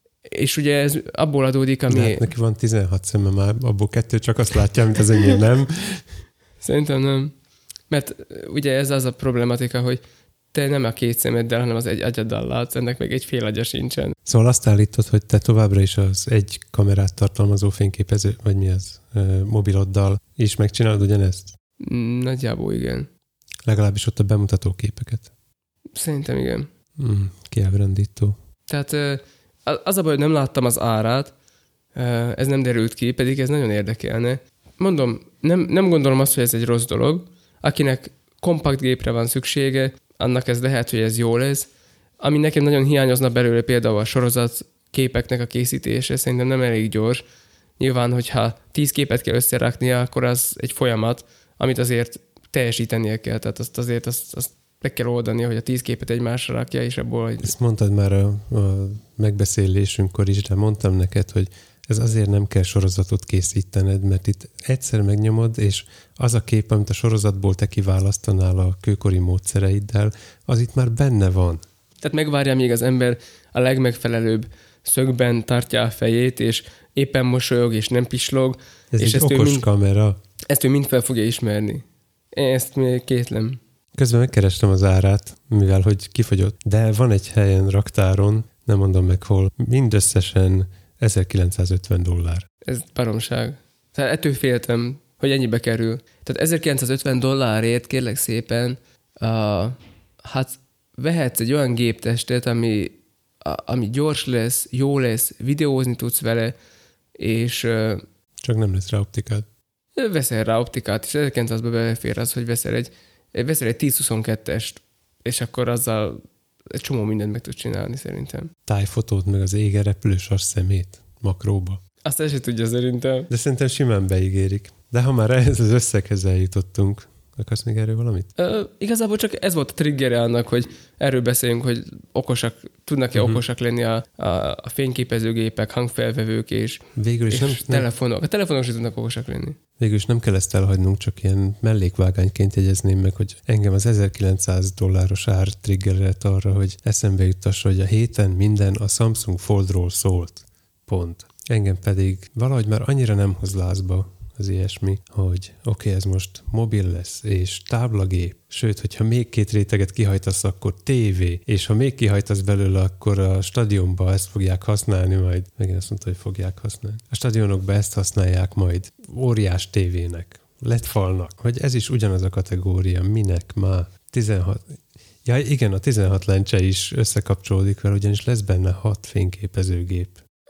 És ugye ez abból adódik, ami... De hát neki van tizenhat szeme már, abból kettő csak azt látja, mint az enyém, nem? Szerintem nem. Mert ugye ez az a problematika, hogy te nem a két szemeddel, hanem az egy agyaddal látsz, ennek meg egy fél agya sincsen. Szóval azt állítod, hogy te továbbra is az egy kamerát tartalmazó fényképező, vagy mi az, mobiloddal is megcsinálod ugyanezt? Nagyjából igen. Legalábbis ott a bemutató képeket. Szerintem igen. Mm, kiábrándító. Tehát az a baj, hogy nem láttam az árát, ez nem derült ki, pedig ez nagyon érdekelne. Mondom, nem, nem gondolom azt, hogy ez egy rossz dolog. Akinek kompakt gépre van szüksége, annak ez lehet, hogy ez jó lesz. Ami nekem nagyon hiányozna belőle, például a sorozat képeknek a készítése, szerintem nem elég gyors. Nyilván, hogyha tíz képet kell összeraknia, akkor az egy folyamat, amit azért teljesítenie kell. Tehát azt azért azt, azt meg kell oldani, hogy a tíz képet egymásra rakja, és abból... Hogy... Ezt mondtad már a, a megbeszélésünkkor is, de mondtam neked, hogy ez azért nem kell sorozatot készítened, mert itt egyszer megnyomod, és az a kép, amit a sorozatból te kiválasztanál a kőkori módszereiddel, az itt már benne van. Tehát megvárja, míg az ember a legmegfelelőbb szögben tartja a fejét, és éppen mosolyog, és nem pislog. Ez és egy ezt okos ő mind, kamera. Ezt ő mind fel fogja ismerni. Én ezt még kétlem. Közben megkerestem az árát, mivel hogy kifogyott. De van egy helyen raktáron, nem mondom meg hol, mindösszesen ezerkilencszázötven dollár. Ez baromság. Tehát ettől féltem, hogy ennyibe kerül. Tehát ezerkilencszázötven dollárért kérlek szépen, uh, hát vehetsz egy olyan géptestet, ami, a, ami gyors lesz, jó lesz, videózni tudsz vele, és... Uh, Csak nem lesz rá optikád. Veszel rá optikát, és ezerkilencszázba belefér az, hogy veszel egy, veszel egy tíz huszonkettest, és akkor azzal egy csomó mindent meg tudsz csinálni szerintem. Tájfotót, meg az égen repülő sas szemét makróba. Azt el se tudja szerintem. De szerintem simán beígérik. De ha már ehhez az összeghez eljutottunk, akarsz még erről valamit? Ö, igazából csak ez volt a triggere annak, hogy erről beszéljünk, hogy okosak, tudnak-e uh-huh. okosak lenni a, a, a fényképezőgépek, hangfelvevők és, Végül is és nem, telefonok. Nem. A telefonok is tudnak okosak lenni. Végül is nem kell ezt elhagynunk, csak ilyen mellékvágányként jegyezném meg, hogy engem az ezerkilencszáz dolláros ár triggerelt arra, hogy eszembe juttassa, hogy a héten minden a Samsung Foldról szólt. Pont. Engem pedig valahogy már annyira nem hoz lázba az ilyesmi, hogy oké, okay, ez most mobil lesz, és táblagép, sőt, hogyha még két réteget kihajtasz, akkor tévé, és ha még kihajtasz belőle, akkor a stadionba ezt fogják használni majd. Megint azt mondta, hogy fogják használni. A stadionokban ezt használják majd óriás tévének, ledfalnak, hogy ez is ugyanaz a kategória, minek már tizenhat... Ja igen, a tizenhat lencse is összekapcsolódik vele, ugyanis lesz benne hat fényképezőgép.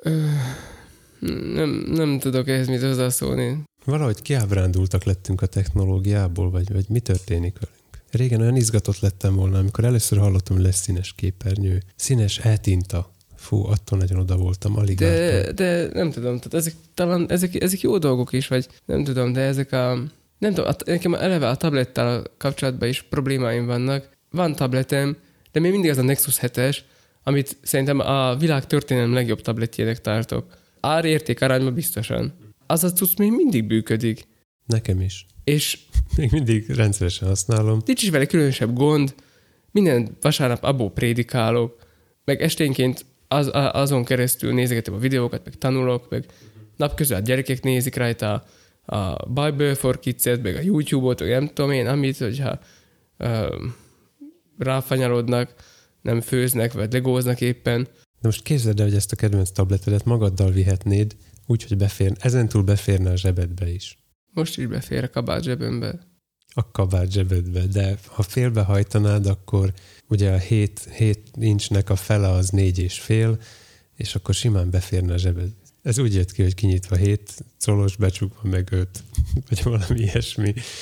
Nem, nem tudok ehhez mit hozzászólni. Valahogy kiábrándultak lettünk a technológiából, vagy, vagy mi történik velünk? Régen olyan izgatott lettem volna, amikor először hallottam, hogy lesz színes képernyő. Színes e-tinta. Fú, attól nagyon oda voltam, alig de, vártam. de nem tudom, tehát ezek, talán ezek, ezek jó dolgok is, vagy nem tudom, de ezek a... Nem tudom, nekem eleve a tablettel kapcsolatban is problémáim vannak. Van tabletem, de még mindig az a Nexus hetes, amit szerintem a világ történelem legjobb tabletjének tartok. Ár-érték arányban biztosan. Az a cucc még mindig működik. Nekem is. És még mindig rendszeresen használom. Nincs is vele különösebb gond. Minden vasárnap abból prédikálok, meg esténként az, azon keresztül nézegetem a videókat, meg tanulok, meg napközben a gyerekek nézik rajta a Bible for Kids-et, meg a YouTube-ot, meg nem tudom én, amit, hogyha uh, ráfanyarodnak, nem főznek, vagy legóznak éppen. De most képzeld el, hogy ezt a kedvenc tabletedet magaddal vihetnéd, úgyhogy befér, ezentúl beférne a zsebedbe is. Most is befér a kabát zsebembe. A kabát zsebedbe, de ha félbehajtanád, akkor ugye a hét incsnek a fele az négy és fél, és akkor simán beférne a zsebed. Ez úgy jött ki, hogy kinyitva hét colos, becsukva meg öt, vagy valami ilyesmi.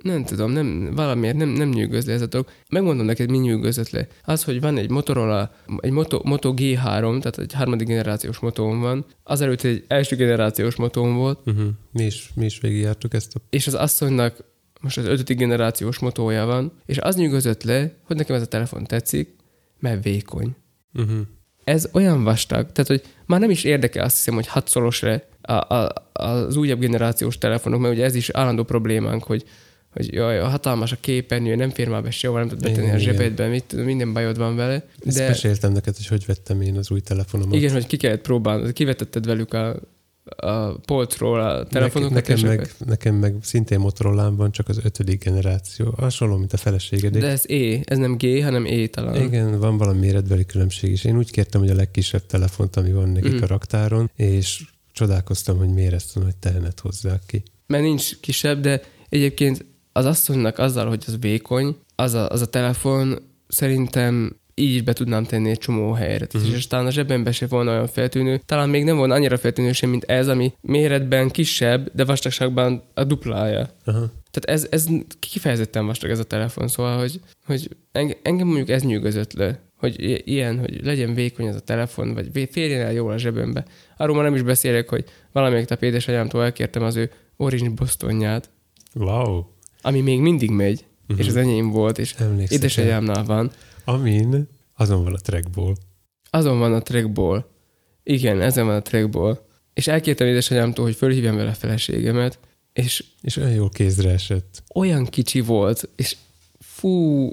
nem tudom, nem, valamiért nem, nem nyűgöz le ez a dolog. Megmondom neked, mi nyűgözött le. Az, hogy van egy Motorola, egy Moto, Moto gé három, tehát egy harmadik generációs motón van, azelőtt egy első generációs motón volt. Uh-huh. Mi is, mi is végigjártuk ezt a... És az asszonynak most az ötödik generációs motója van, és az nyűgözött le, hogy nekem ez a telefon tetszik, mert vékony. Uh-huh. Ez olyan vastag, tehát, hogy már nem is érdekel, azt hiszem, hogy hatszorosra a, a, az újabb generációs telefonok, mert ugye ez is állandó problémánk, hogy, hogy jaj, hatalmas a képernyő, nem fér már be sehova, nem tud betenni a zsebedbe, mit, minden bajod van vele. Ezt de... meséltem neked, hogy hogy vettem én az új telefonomat. Igen, hogy ki kellett próbálni, kivetetted velük a, a polcról a telefonokat. Nekem, nekem, meg, nekem meg szintén Motorolám van, csak az ötödik generáció. Hasonló, mint a feleségedé. De ez E, ez nem G, hanem E talán. Igen, van valami méretbeli különbség is. Én úgy kértem, hogy a legkisebb telefont, ami van nekik mm. a raktáron, és csodálkoztam, hogy miért ezt a nagy tehenet hozzák ki. Mert nincs kisebb, de egyébként az asszonynak azzal, hogy az vékony, az a, az a telefon szerintem így is be tudnám tenni egy csomó helyre. Uh-huh. És talán a zsebembe se volna olyan feltűnő. Talán még nem volna annyira feltűnő sem, mint ez, ami méretben kisebb, de vastagságban a duplája. Uh-huh. Tehát ez, ez kifejezetten vastag ez a telefon, szóval, hogy, hogy engem mondjuk ez nyűgözött le, hogy ilyen, hogy legyen vékony ez a telefon, vagy férjen el jól a zsebembe. Arról már nem is beszélek, hogy valamelyik nap édesanyámtól elkértem az ő Orange Bostonját. Wow! Ami még mindig megy, uh-huh. és az enyém volt, és emlékszem, édesanyámnál van. Amin azon van a trackball. Azon van a trackball. Igen, ezen van a trackball. És elkértem édesanyámtól, hogy fölhívjam vele a feleségemet, és... És olyan jól kézre esett. Olyan kicsi volt, és fú,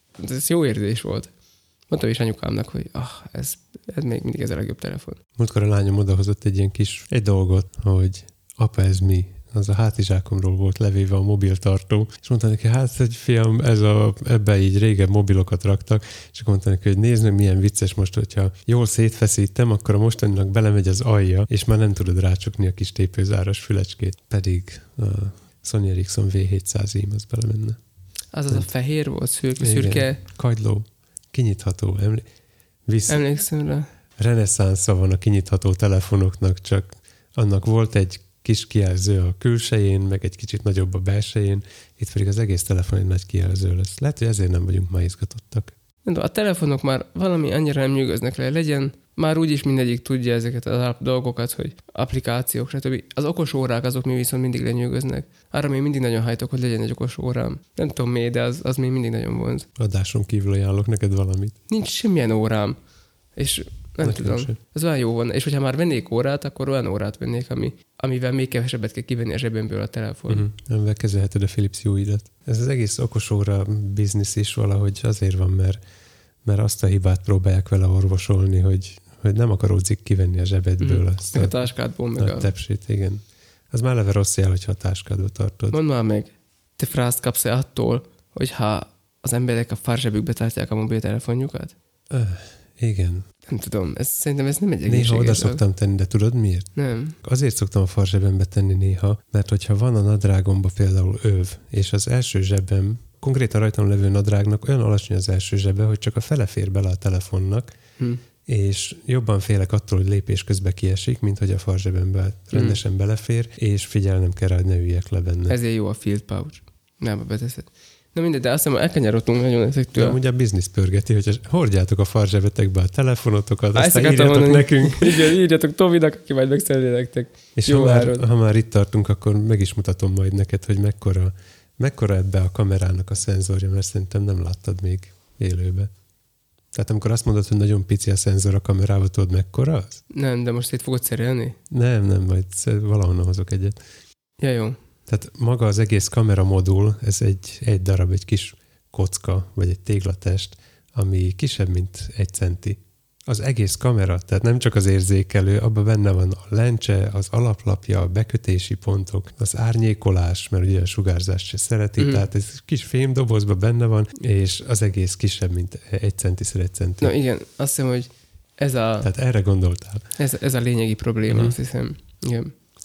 ez jó érzés volt. Mondtam is anyukámnak, hogy ah, ez, ez még mindig ez a legjobb telefon. Múltkor a lányom odahozott egy ilyen kis, egy dolgot, hogy apa, ez mi? Az a hátizsákomról volt levéve a mobiltartó, és mondta neki, hát, hogy fiam, ez a, ebbe így régen mobilokat raktak, és akkor mondta neki, hogy nézd meg, milyen vicces most, hogyha jól szétfeszítem, akkor a mostaninak belemegy az alja, és már nem tudod rácsukni a kis tépőzáras fülecskét. Pedig a Sony Ericsson vé hétszáz ím az belemenne. Az az a fehér volt, szürke, szürke. Kagyló, kinyitható. Emlé- Visz... Emlékszem rá. Reneszánsza van a kinyitható telefonoknak, csak annak volt egy kis kijelző a külsején, meg egy kicsit nagyobb a belsején, itt pedig az egész telefon egy nagy kijelző lesz. Lehet, hogy ezért nem vagyunk ma izgatottak. A telefonok már valami annyira nem nyűgöznek le, legyen, már úgyis mindegyik tudja ezeket az dolgokat, hogy applikációk, stb. Az okos órák azok mi viszont mindig lenyűgöznek. Arra még mindig nagyon hajtok, hogy legyen egy okos órám. Nem tudom miért, de az, az még mindig nagyon vonz. Adáson kívül ajánlok neked valamit. Nincs semmilyen órám, és nem Nekem tudom. Sem. Ez olyan jó van. És hogyha már vennék órát, akkor olyan órát vennék, ami, amivel még kevesebbet kell kivenni a zsebemből a telefon. Uh-huh. Amivel kezelheted a Philips Hue-idet. Ez az egész okos óra biznisz is valahogy azért van, mert, mert azt a hibát próbálják vele orvosolni, hogy, hogy nem akaródzik kivenni a zsebedből. Uh-huh. Azt a, a táskádból meg a... A tepsét, igen. Az már leve rossz jel, hogyha a táskádba tartod. Mondd már meg, te frászt kapsz-e attól, hogyha az emberek a farzsebükbe tartják a mobiltelefonjukat? Öh, igen. Nem tudom, ez, szerintem ez nem egy egészséges. Néha oda szoktam tenni, de tudod miért? Nem. Azért szoktam a farzsebembe tenni néha, mert hogyha van a nadrágomba például öv, és az első zsebem, konkrétan rajtam levő nadrágnak olyan alacsony az első zsebe, hogy csak a fele fér bele a telefonnak, hm. és jobban félek attól, hogy lépés közben kiesik, mint hogy a farzsebembe rendesen hm. belefér, és figyelnem kell rá, hogy ne üljek le benne. Ezért jó a field pouch. Nem, beteszed. Na mindegy, de azt hiszem, elkanyarodtunk nagyon ezektől. De ugye a biznisz pörgeti, hogy hordjátok a farzsebetekbe a telefonotokat, Á, aztán írjatok mondani, nekünk. Igen, írjatok Tominak, aki majd megszerzi nektek. És jó ha már, ha már itt tartunk, akkor meg is mutatom majd neked, hogy mekkora, mekkora ebbe a kamerának a szenzorja, mert szerintem nem láttad még élőbe. Tehát amikor azt mondod, hogy nagyon pici a szenzor a kamerával, tudod mekkora az? Nem, de most itt fogod szerelni? Nem, nem, majd valahonnan hozok egyet. Ja, jó. Tehát maga az egész kameramodul, ez egy, egy darab, egy kis kocka, vagy egy téglatest, ami kisebb, mint egy centi. Az egész kamera, tehát nem csak az érzékelő, abban benne van a lencse, az alaplapja, a bekötési pontok, az árnyékolás, mert ugye a sugárzást se szereti, mm. tehát ez kis fémdobozban benne van, és az egész kisebb, mint egy centiszer egy centi. Na igen, azt hiszem, hogy ez a... Tehát erre gondoltál. Ez, ez a lényegi probléma, mm. azt hiszem. Igen.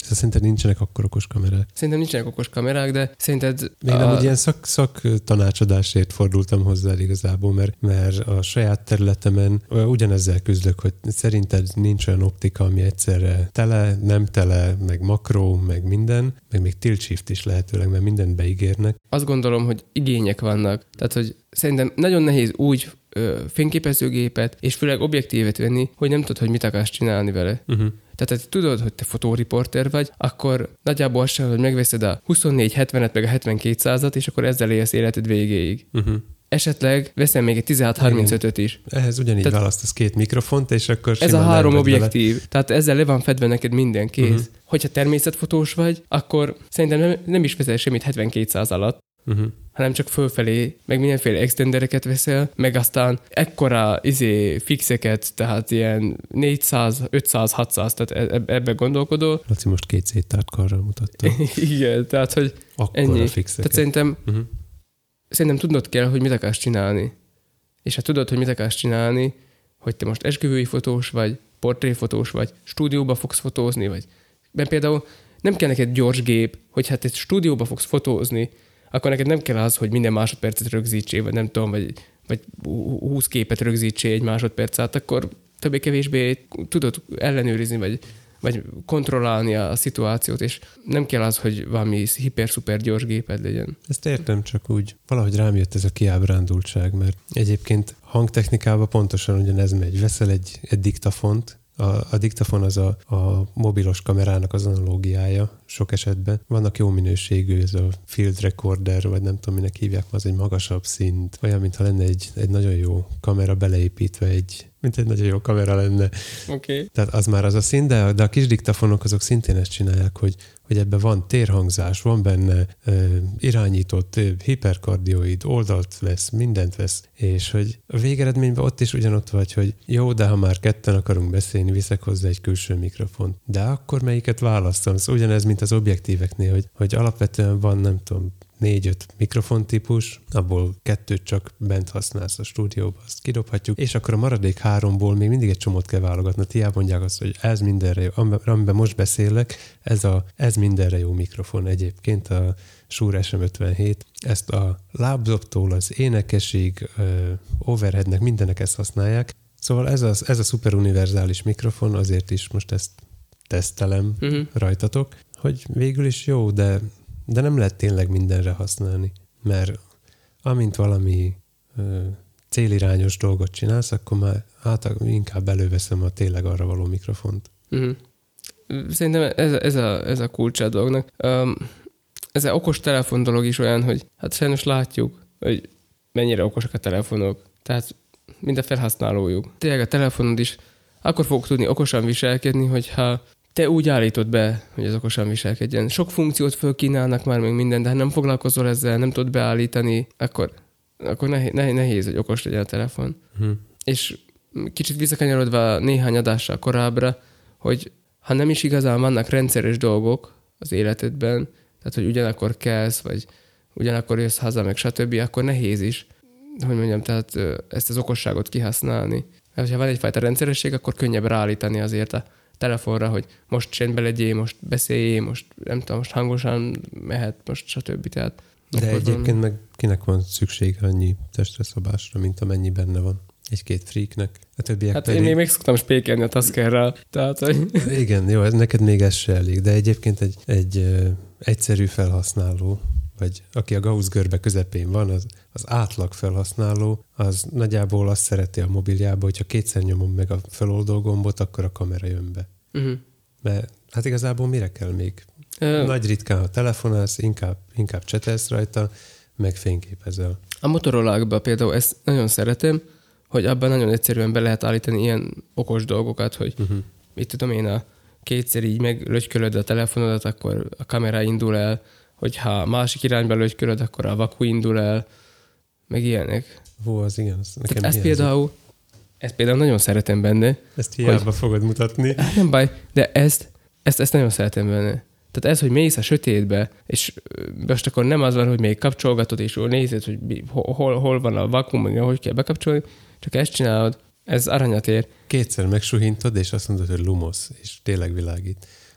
Szóval szerinted nincsenek akkor okos kamerák? Szerintem nincsenek okos kamerák, de szerinted... Még a... nem, hogy ilyen szak, szak tanácsadásért fordultam hozzá igazából, mert, mert a saját területemen ugyanezzel küzdök, hogy szerinted nincs olyan optika, ami egyszerre tele, nem tele, meg makró, meg minden, meg még tilt shift is lehetőleg, mert mindent beígérnek. Azt gondolom, hogy igények vannak. Tehát, hogy szerintem nagyon nehéz úgy ö, fényképezőgépet, és főleg objektívet venni, hogy nem tudod, hogy mit akarsz csinálni vele. Uh-huh. Tehát, ha tudod, hogy te fotóriporter vagy, akkor nagyjából az sem, hogy megveszed a huszonnégy hetvenet meg a hetvenkétszázat, és akkor ezzel élsz életed végéig. Uh-huh. Esetleg veszem még egy tizenhat harmincötöt is. Ehhez ugyanígy tehát választasz két mikrofont, és akkor ez a három objektív. Bele. Tehát ezzel le van fedve neked minden kész. Uh-huh. Hogyha természetfotós vagy, akkor szerintem nem, nem is veszel semmit hetvenkétszáz alatt, uh-huh. hanem csak fölfelé, meg mindenféle extendereket veszel, meg aztán ekkora izé fixeket, tehát ilyen négyszáz, ötszáz, hatszáz, tehát ebbe gondolkodol. Laci most két széttárt karral mutatta. Igen, tehát hogy akkora ennyi. Fixeket. Tehát szerintem uh-huh. Szerintem tudnod kell, hogy mit akarsz csinálni. És ha tudod, hogy mit akarsz csinálni, hogy te most esküvői fotós vagy, portréfotós vagy, stúdióba fogsz fotózni, vagy... Mert például nem kell neked gyors gép, hogy hát te stúdióba fogsz fotózni, akkor neked nem kell az, hogy minden másodpercet rögzítsél, vagy nem tudom, vagy, vagy húsz képet rögzítsél egy másodpercet, akkor többé-kevésbé tudod ellenőrizni, vagy, vagy kontrollálni a szituációt, és nem kell az, hogy valami hiper-szuper gyors géped legyen. Ezt értem, csak úgy valahogy rám jött ez a kiábrándultság, mert egyébként hangtechnikában pontosan ugyanez megy. Veszel egy, egy diktafont, A, a diktafon az a, a mobilos kamerának az analógiája sok esetben. Vannak jó minőségű, ez a field recorder, vagy nem tudom, minek hívják, az egy magasabb szint. Olyan, mintha lenne egy, egy nagyon jó kamera beleépítve, egy, mint egy nagyon jó kamera lenne. Okay. Tehát az már az a szint, de, de a kis diktafonok azok szintén ezt csinálják, hogy, hogy ebben van térhangzás, van benne e, irányított e, hiperkardioid, oldalt vesz, mindent vesz, és hogy a végeredményben ott is ugyanott vagy, hogy jó, de ha már ketten akarunk beszélni, viszek hozzá egy külső mikrofont. De akkor melyiket választom? Szóval ugyanez, mint az objektíveknél, hogy, hogy alapvetően van, nem tudom, négy-öt mikrofontípus, abból kettőt csak bent használsz a stúdióba, azt kidobhatjuk, és akkor a maradék háromból még mindig egy csomót kell válogatni. Hiába mondják azt, hogy ez mindenre jó, amiben most beszélek, ez, a, ez mindenre jó mikrofon egyébként, a Shure es em ötvenhét. Ezt a laptoptól az énekesig, uh, overheadnek, mindenek ezt használják. Szóval ez a, ez a szuper univerzális mikrofon, azért is most ezt tesztelem uh-huh. rajtatok, hogy végül is jó, de de nem lehet tényleg mindenre használni, mert amint valami ö, célirányos dolgot csinálsz, akkor már hát inkább előveszem a tényleg arra való mikrofont. Uh-huh. Szerintem ez, ez, a, ez a kulcsa a dolognak. Um, ez az okos telefon dolog is olyan, hogy hát sajnos látjuk, hogy mennyire okosak a telefonok. Tehát mind a felhasználójuk. Tényleg a telefonod is akkor fog tudni okosan viselkedni, hogyha te úgy állítod be, hogy ez okosan viselkedjen. Sok funkciót fölkínálnak már még minden, de ha nem foglalkozol ezzel, nem tudod beállítani, akkor, akkor nehéz, nehéz, hogy okos legyen a telefon. Hmm. És kicsit visszakanyarodva néhány adással korábbra, hogy ha nem is igazán vannak rendszeres dolgok az életedben, tehát hogy ugyanakkor kelsz, vagy ugyanakkor jössz haza, meg stb., akkor nehéz is, hogy mondjam, tehát ezt az okosságot kihasználni. Mert ha van egyfajta rendszeresség, akkor könnyebb ráállítani azért a telefonra, hogy most csendbe legyél, most beszéljél, most nem tudom, most hangosan mehet, most stb. Tehát, de egyébként van... meg kinek van szüksége annyi testre szabásra, mint amennyi benne van? Egy-két freaknek. A többiek hát pedig... én még meg szoktam spékelni a Taskerrel. Tehát, hogy... Igen, jó, ez neked még ez se elég, de egyébként egy, egy ö, egyszerű felhasználó, vagy aki a Gauss görbe közepén van, az, az átlag felhasználó, az nagyjából azt szereti a mobiljába, hogyha kétszer nyomom meg a feloldó gombot, akkor a kamera jön be. Uh-huh. Mert hát igazából mire kell még? Uh, Nagy ritkán, ha telefonálsz, inkább, inkább csetelsz rajta, meg fényképezel. A Motorolákban például ezt nagyon szeretem, hogy abban nagyon egyszerűen be lehet állítani ilyen okos dolgokat, hogy uh-huh. mit tudom én, a kétszer így meglögykölöd a telefonodat, akkor a kamera indul el, hogyha másik irányba lögykölöd, akkor a vaku indul el, meg ilyenek. Hú, az igen. Az nekem ezt például, ezt például nagyon szeretem benne. Ezt hiába hogy, fogod mutatni. Nem baj, de ezt, ezt, ezt nagyon szeretem benne. Tehát ez, hogy mész a sötétbe, és most akkor nem az van, hogy még kapcsolgatod, és nézed, hogy hol, hol van a vakuum, meg hogy kell bekapcsolni, csak ezt csinálod, ez aranyat ér. Kétszer megsuhintod, és azt mondod, hogy lumos, és tényleg világít.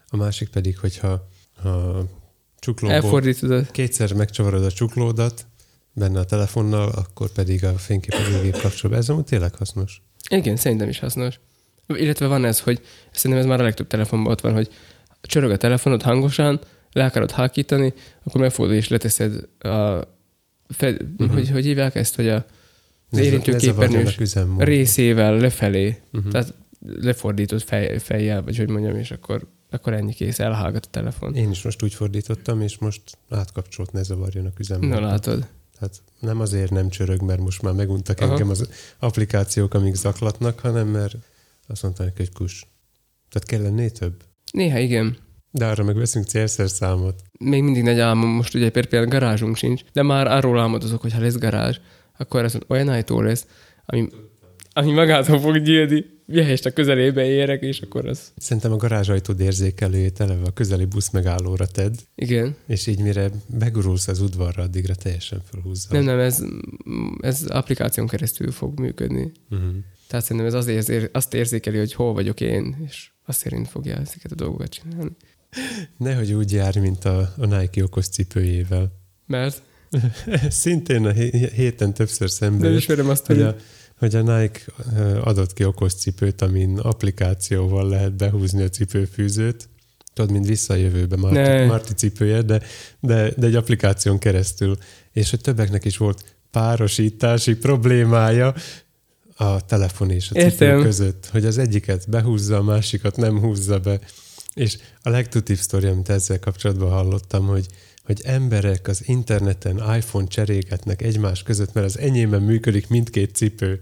A másik pedig, hogyha a csuklóból elfordítod. Kétszer megcsavarod a csuklódat benne a telefonnal, akkor pedig a fényképezőgép kapcsol. Ez amúgy tényleg hasznos. Igen, szerintem is hasznos. Illetve van ez, hogy szerintem ez már a legtöbb telefonban ott van, hogy csörög a telefonod hangosan, le akarod halkítani, akkor megfordul és leteszed a fed, uh-huh. hogy, hogy hívják ezt, hogy a az érintő képernyős részével lefelé, uh-huh. tehát lefordított fej, fejjel, vagy hogy mondjam, és akkor, akkor ennyi kész, elhallgat a telefon. Én is most úgy fordítottam, és most átkapcsolt, ne zavarjanak üzemmódot. Na látod. Tehát nem azért nem csörög, mert most már meguntak Aha. engem az applikációk, amik zaklatnak, hanem mert azt mondták, hogy kus. Tehát kell lenné több? Néha igen. De arra meg veszünk célszerszámot. Még mindig nagy álmom, most ugye például garázsunk sincs, de már arról álmodozok, hogy ha lesz garázs, akkor ez olyan ajtó lesz, ami, ami magától fog nyílni, mihelyest a közelébe érek, és akkor az... Szerintem a garázsajtód érzékelőjét eleve a közeli busz megállóra tedd. Igen. És így mire begurulsz az udvarra, addigra teljesen felhúzza. Nem, nem, ez, ez applikáción keresztül fog működni. Uh-huh. Tehát szerintem ez az érzé, azt érzékeli, hogy hol vagyok én, és azt szerint fogja ezeket a dolgokat csinálni. Nehogy úgy járj, mint a, a Nike okos cipőjével. Mert? Szintén a héten többször szembe. Nem ismerem azt, hogy a, hogy a Nike adott ki okos cipőt, amin applikációval lehet behúzni a cipőfűzőt. Tudod, mint Vissza a jövőbe Marty, Marty cipője, de, de, de egy applikáción keresztül. És hogy többeknek is volt párosítási problémája a telefon és a cipő Értem. között, hogy az egyiket behúzza, a másikat nem húzza be. És a legtutibb sztori, amit ezzel kapcsolatban hallottam, hogy, hogy emberek az interneten iPhone cserélgetnek egymás között, mert az enyémben működik mindkét cipő.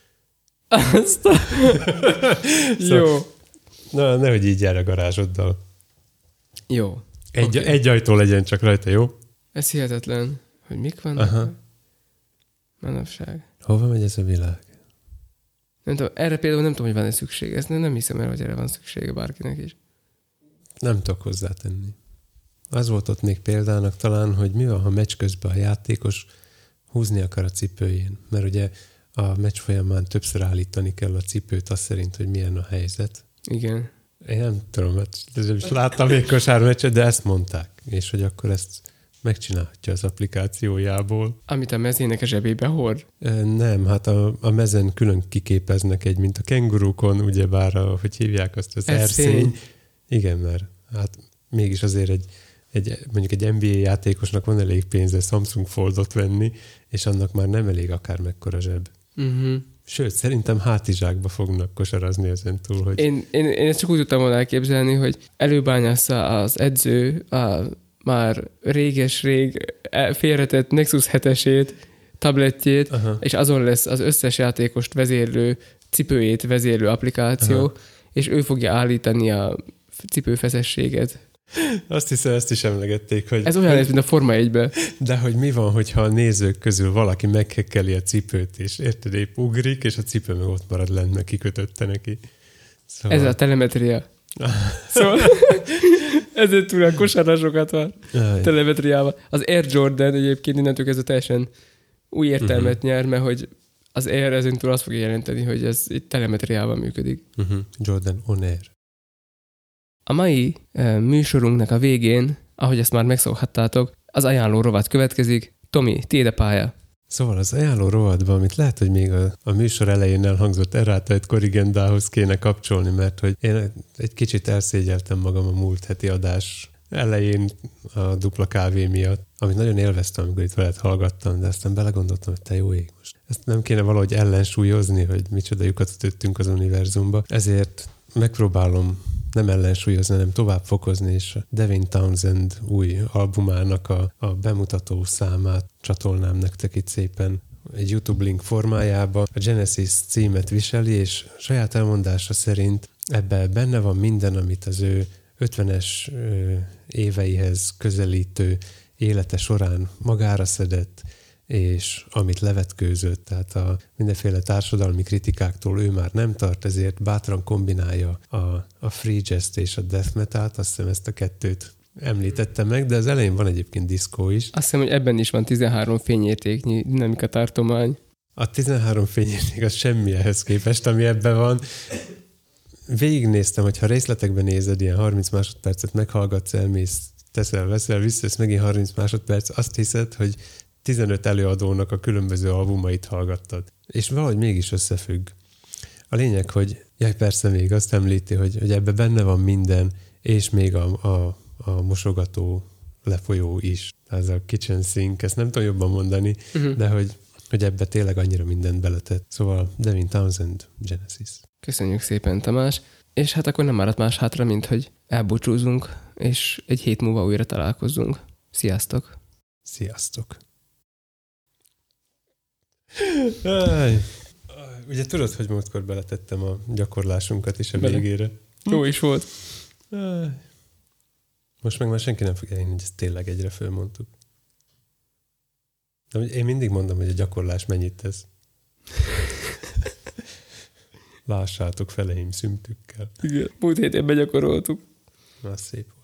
Azt a... szóval, jó. Na, nehogy így jár a garázsoddal. Jó. Egy, okay. egy ajtó legyen csak rajta, jó? Ez hihetetlen, hogy mik vannak. Aha. Manapság. Hova megy ez a világ? Nem tudom, erre például nem tudom, hogy van-e szükség. Ezt nem, nem hiszem el, hogy erre van szüksége bárkinek is. Nem tudok hozzátenni. Az volt ott még példának talán, hogy mi van, ha meccs közben a játékos húzni akar a cipőjén. Mert ugye a meccs folyamán többször állítani kell a cipőt, azt szerint, hogy milyen a helyzet. Igen. Én nem tudom, mert láttam még kosármeccset, de ezt mondták. És hogy akkor ezt megcsinálhatja az applikációjából. Amit a mezének a zsebébe hord? Nem, hát a, a mezen külön kiképeznek egy, mint a kengurúkon, ugyebár, a, hogy hívják azt, az erszény. Igen, mert hát mégis azért egy, egy, mondjuk egy en bé á játékosnak van elég pénze Samsung Foldot venni, és annak már nem elég akár mekkora zseb. Uh-huh. Sőt, szerintem hátizsákba fognak kosarazni ezen túl, hogy... Én, én, én ezt csak úgy tudtam volna elképzelni, hogy előbányásza az edző a már réges-rég félretett Nexus hetesét, tabletjét, Aha. és azon lesz az összes játékost vezérlő, cipőjét vezérlő applikáció, Aha. és ő fogja állítani a cipőfeszességet. Azt hiszem, ezt is emlegették, hogy... Ez olyan lesz, mint a Forma egyben. De hogy mi van, hogyha a nézők közül valaki meghekkeli a cipőt, és érted, épp ugrik, és a cipő meg ott marad lent, meg kikötötte neki. Szóval... Ez a telemetria. Szóval ezért túl a kosarasokat van telemetriával. Az Air Jordan egyébként innentől kezdve teljesen új értelmet uh-huh. nyer, mert hogy az Air ezentúl azt fogja jelenteni, hogy ez itt telemetriával működik. Uh-huh. Jordan On Air. A mai uh, műsorunknak a végén, ahogy ezt már megszokhattátok, az ajánló rovat következik. Tomi, tiéd a pálya. Szóval az ajánló rovatban, amit lehet, hogy még a, a műsor elején elhangzott errátált korrigendához kéne kapcsolni, mert hogy én egy kicsit elszégyeltem magam a múlt heti adás elején a dupla kávé miatt, amit nagyon élveztem, amikor itt veled hallgattam, de aztán belegondoltam, hogy te jó ég most. Ezt nem kéne valahogy ellensúlyozni, hogy micsoda lyukat ütöttünk az univerzumba. Ezért megpróbálom nem ellensúlyozni, hanem tovább fokozni, és a Devin Townsend új albumának a, a bemutató számát csatolnám nektek itt szépen egy YouTube link formájában. A Genesis címet viseli, és saját elmondása szerint ebben benne van minden, amit az ő ötvenes éveihez közelítő élete során magára szedett, és amit levetkőzött, tehát a mindenféle társadalmi kritikáktól ő már nem tart, ezért bátran kombinálja a, a free jazz-t és a death metal-t, azt hiszem ezt a kettőt említette meg, de az elején van egyébként diszkó is. Azt hiszem, hogy ebben is van tizenhárom fényértéknyi dinamika tartomány. A tizenhárom fényérték az semmi ehhez képest, ami ebben van. végignéztem, hogyha részletekben nézed, ilyen harminc másodpercet meghallgatsz, elmész, teszel, veszel, visszasz megint harminc másodperc, azt hiszed, hogy tizenöt előadónak a különböző albumait hallgattad. És valahogy mégis összefügg. A lényeg, hogy jaj, persze még azt említi, hogy, hogy ebbe benne van minden, és még a, a, a mosogató lefolyó is. Ez a kitchen sink, ezt nem tudom jobban mondani, uh-huh. de hogy, hogy ebbe tényleg annyira mindent beletett. Szóval Devin Townsend, Genesis. Köszönjük szépen, Tamás. És hát akkor nem maradt más hátra, mint hogy elbúcsúzunk, és egy hét múlva újra találkozzunk. Sziasztok! Sziasztok! Aj. Ugye tudod, hogy múltkor beletettem a gyakorlásunkat is a Bele. végére? Jó is volt. Aj. Most meg már senki nem fogja elhinni, hogy ezt tényleg egyre fölmondtuk. De én mindig mondom, hogy a gyakorlás mennyit tesz. Lássátok feleim szüntükkel. Igen, múlt héten begyakoroltuk. Na, szép.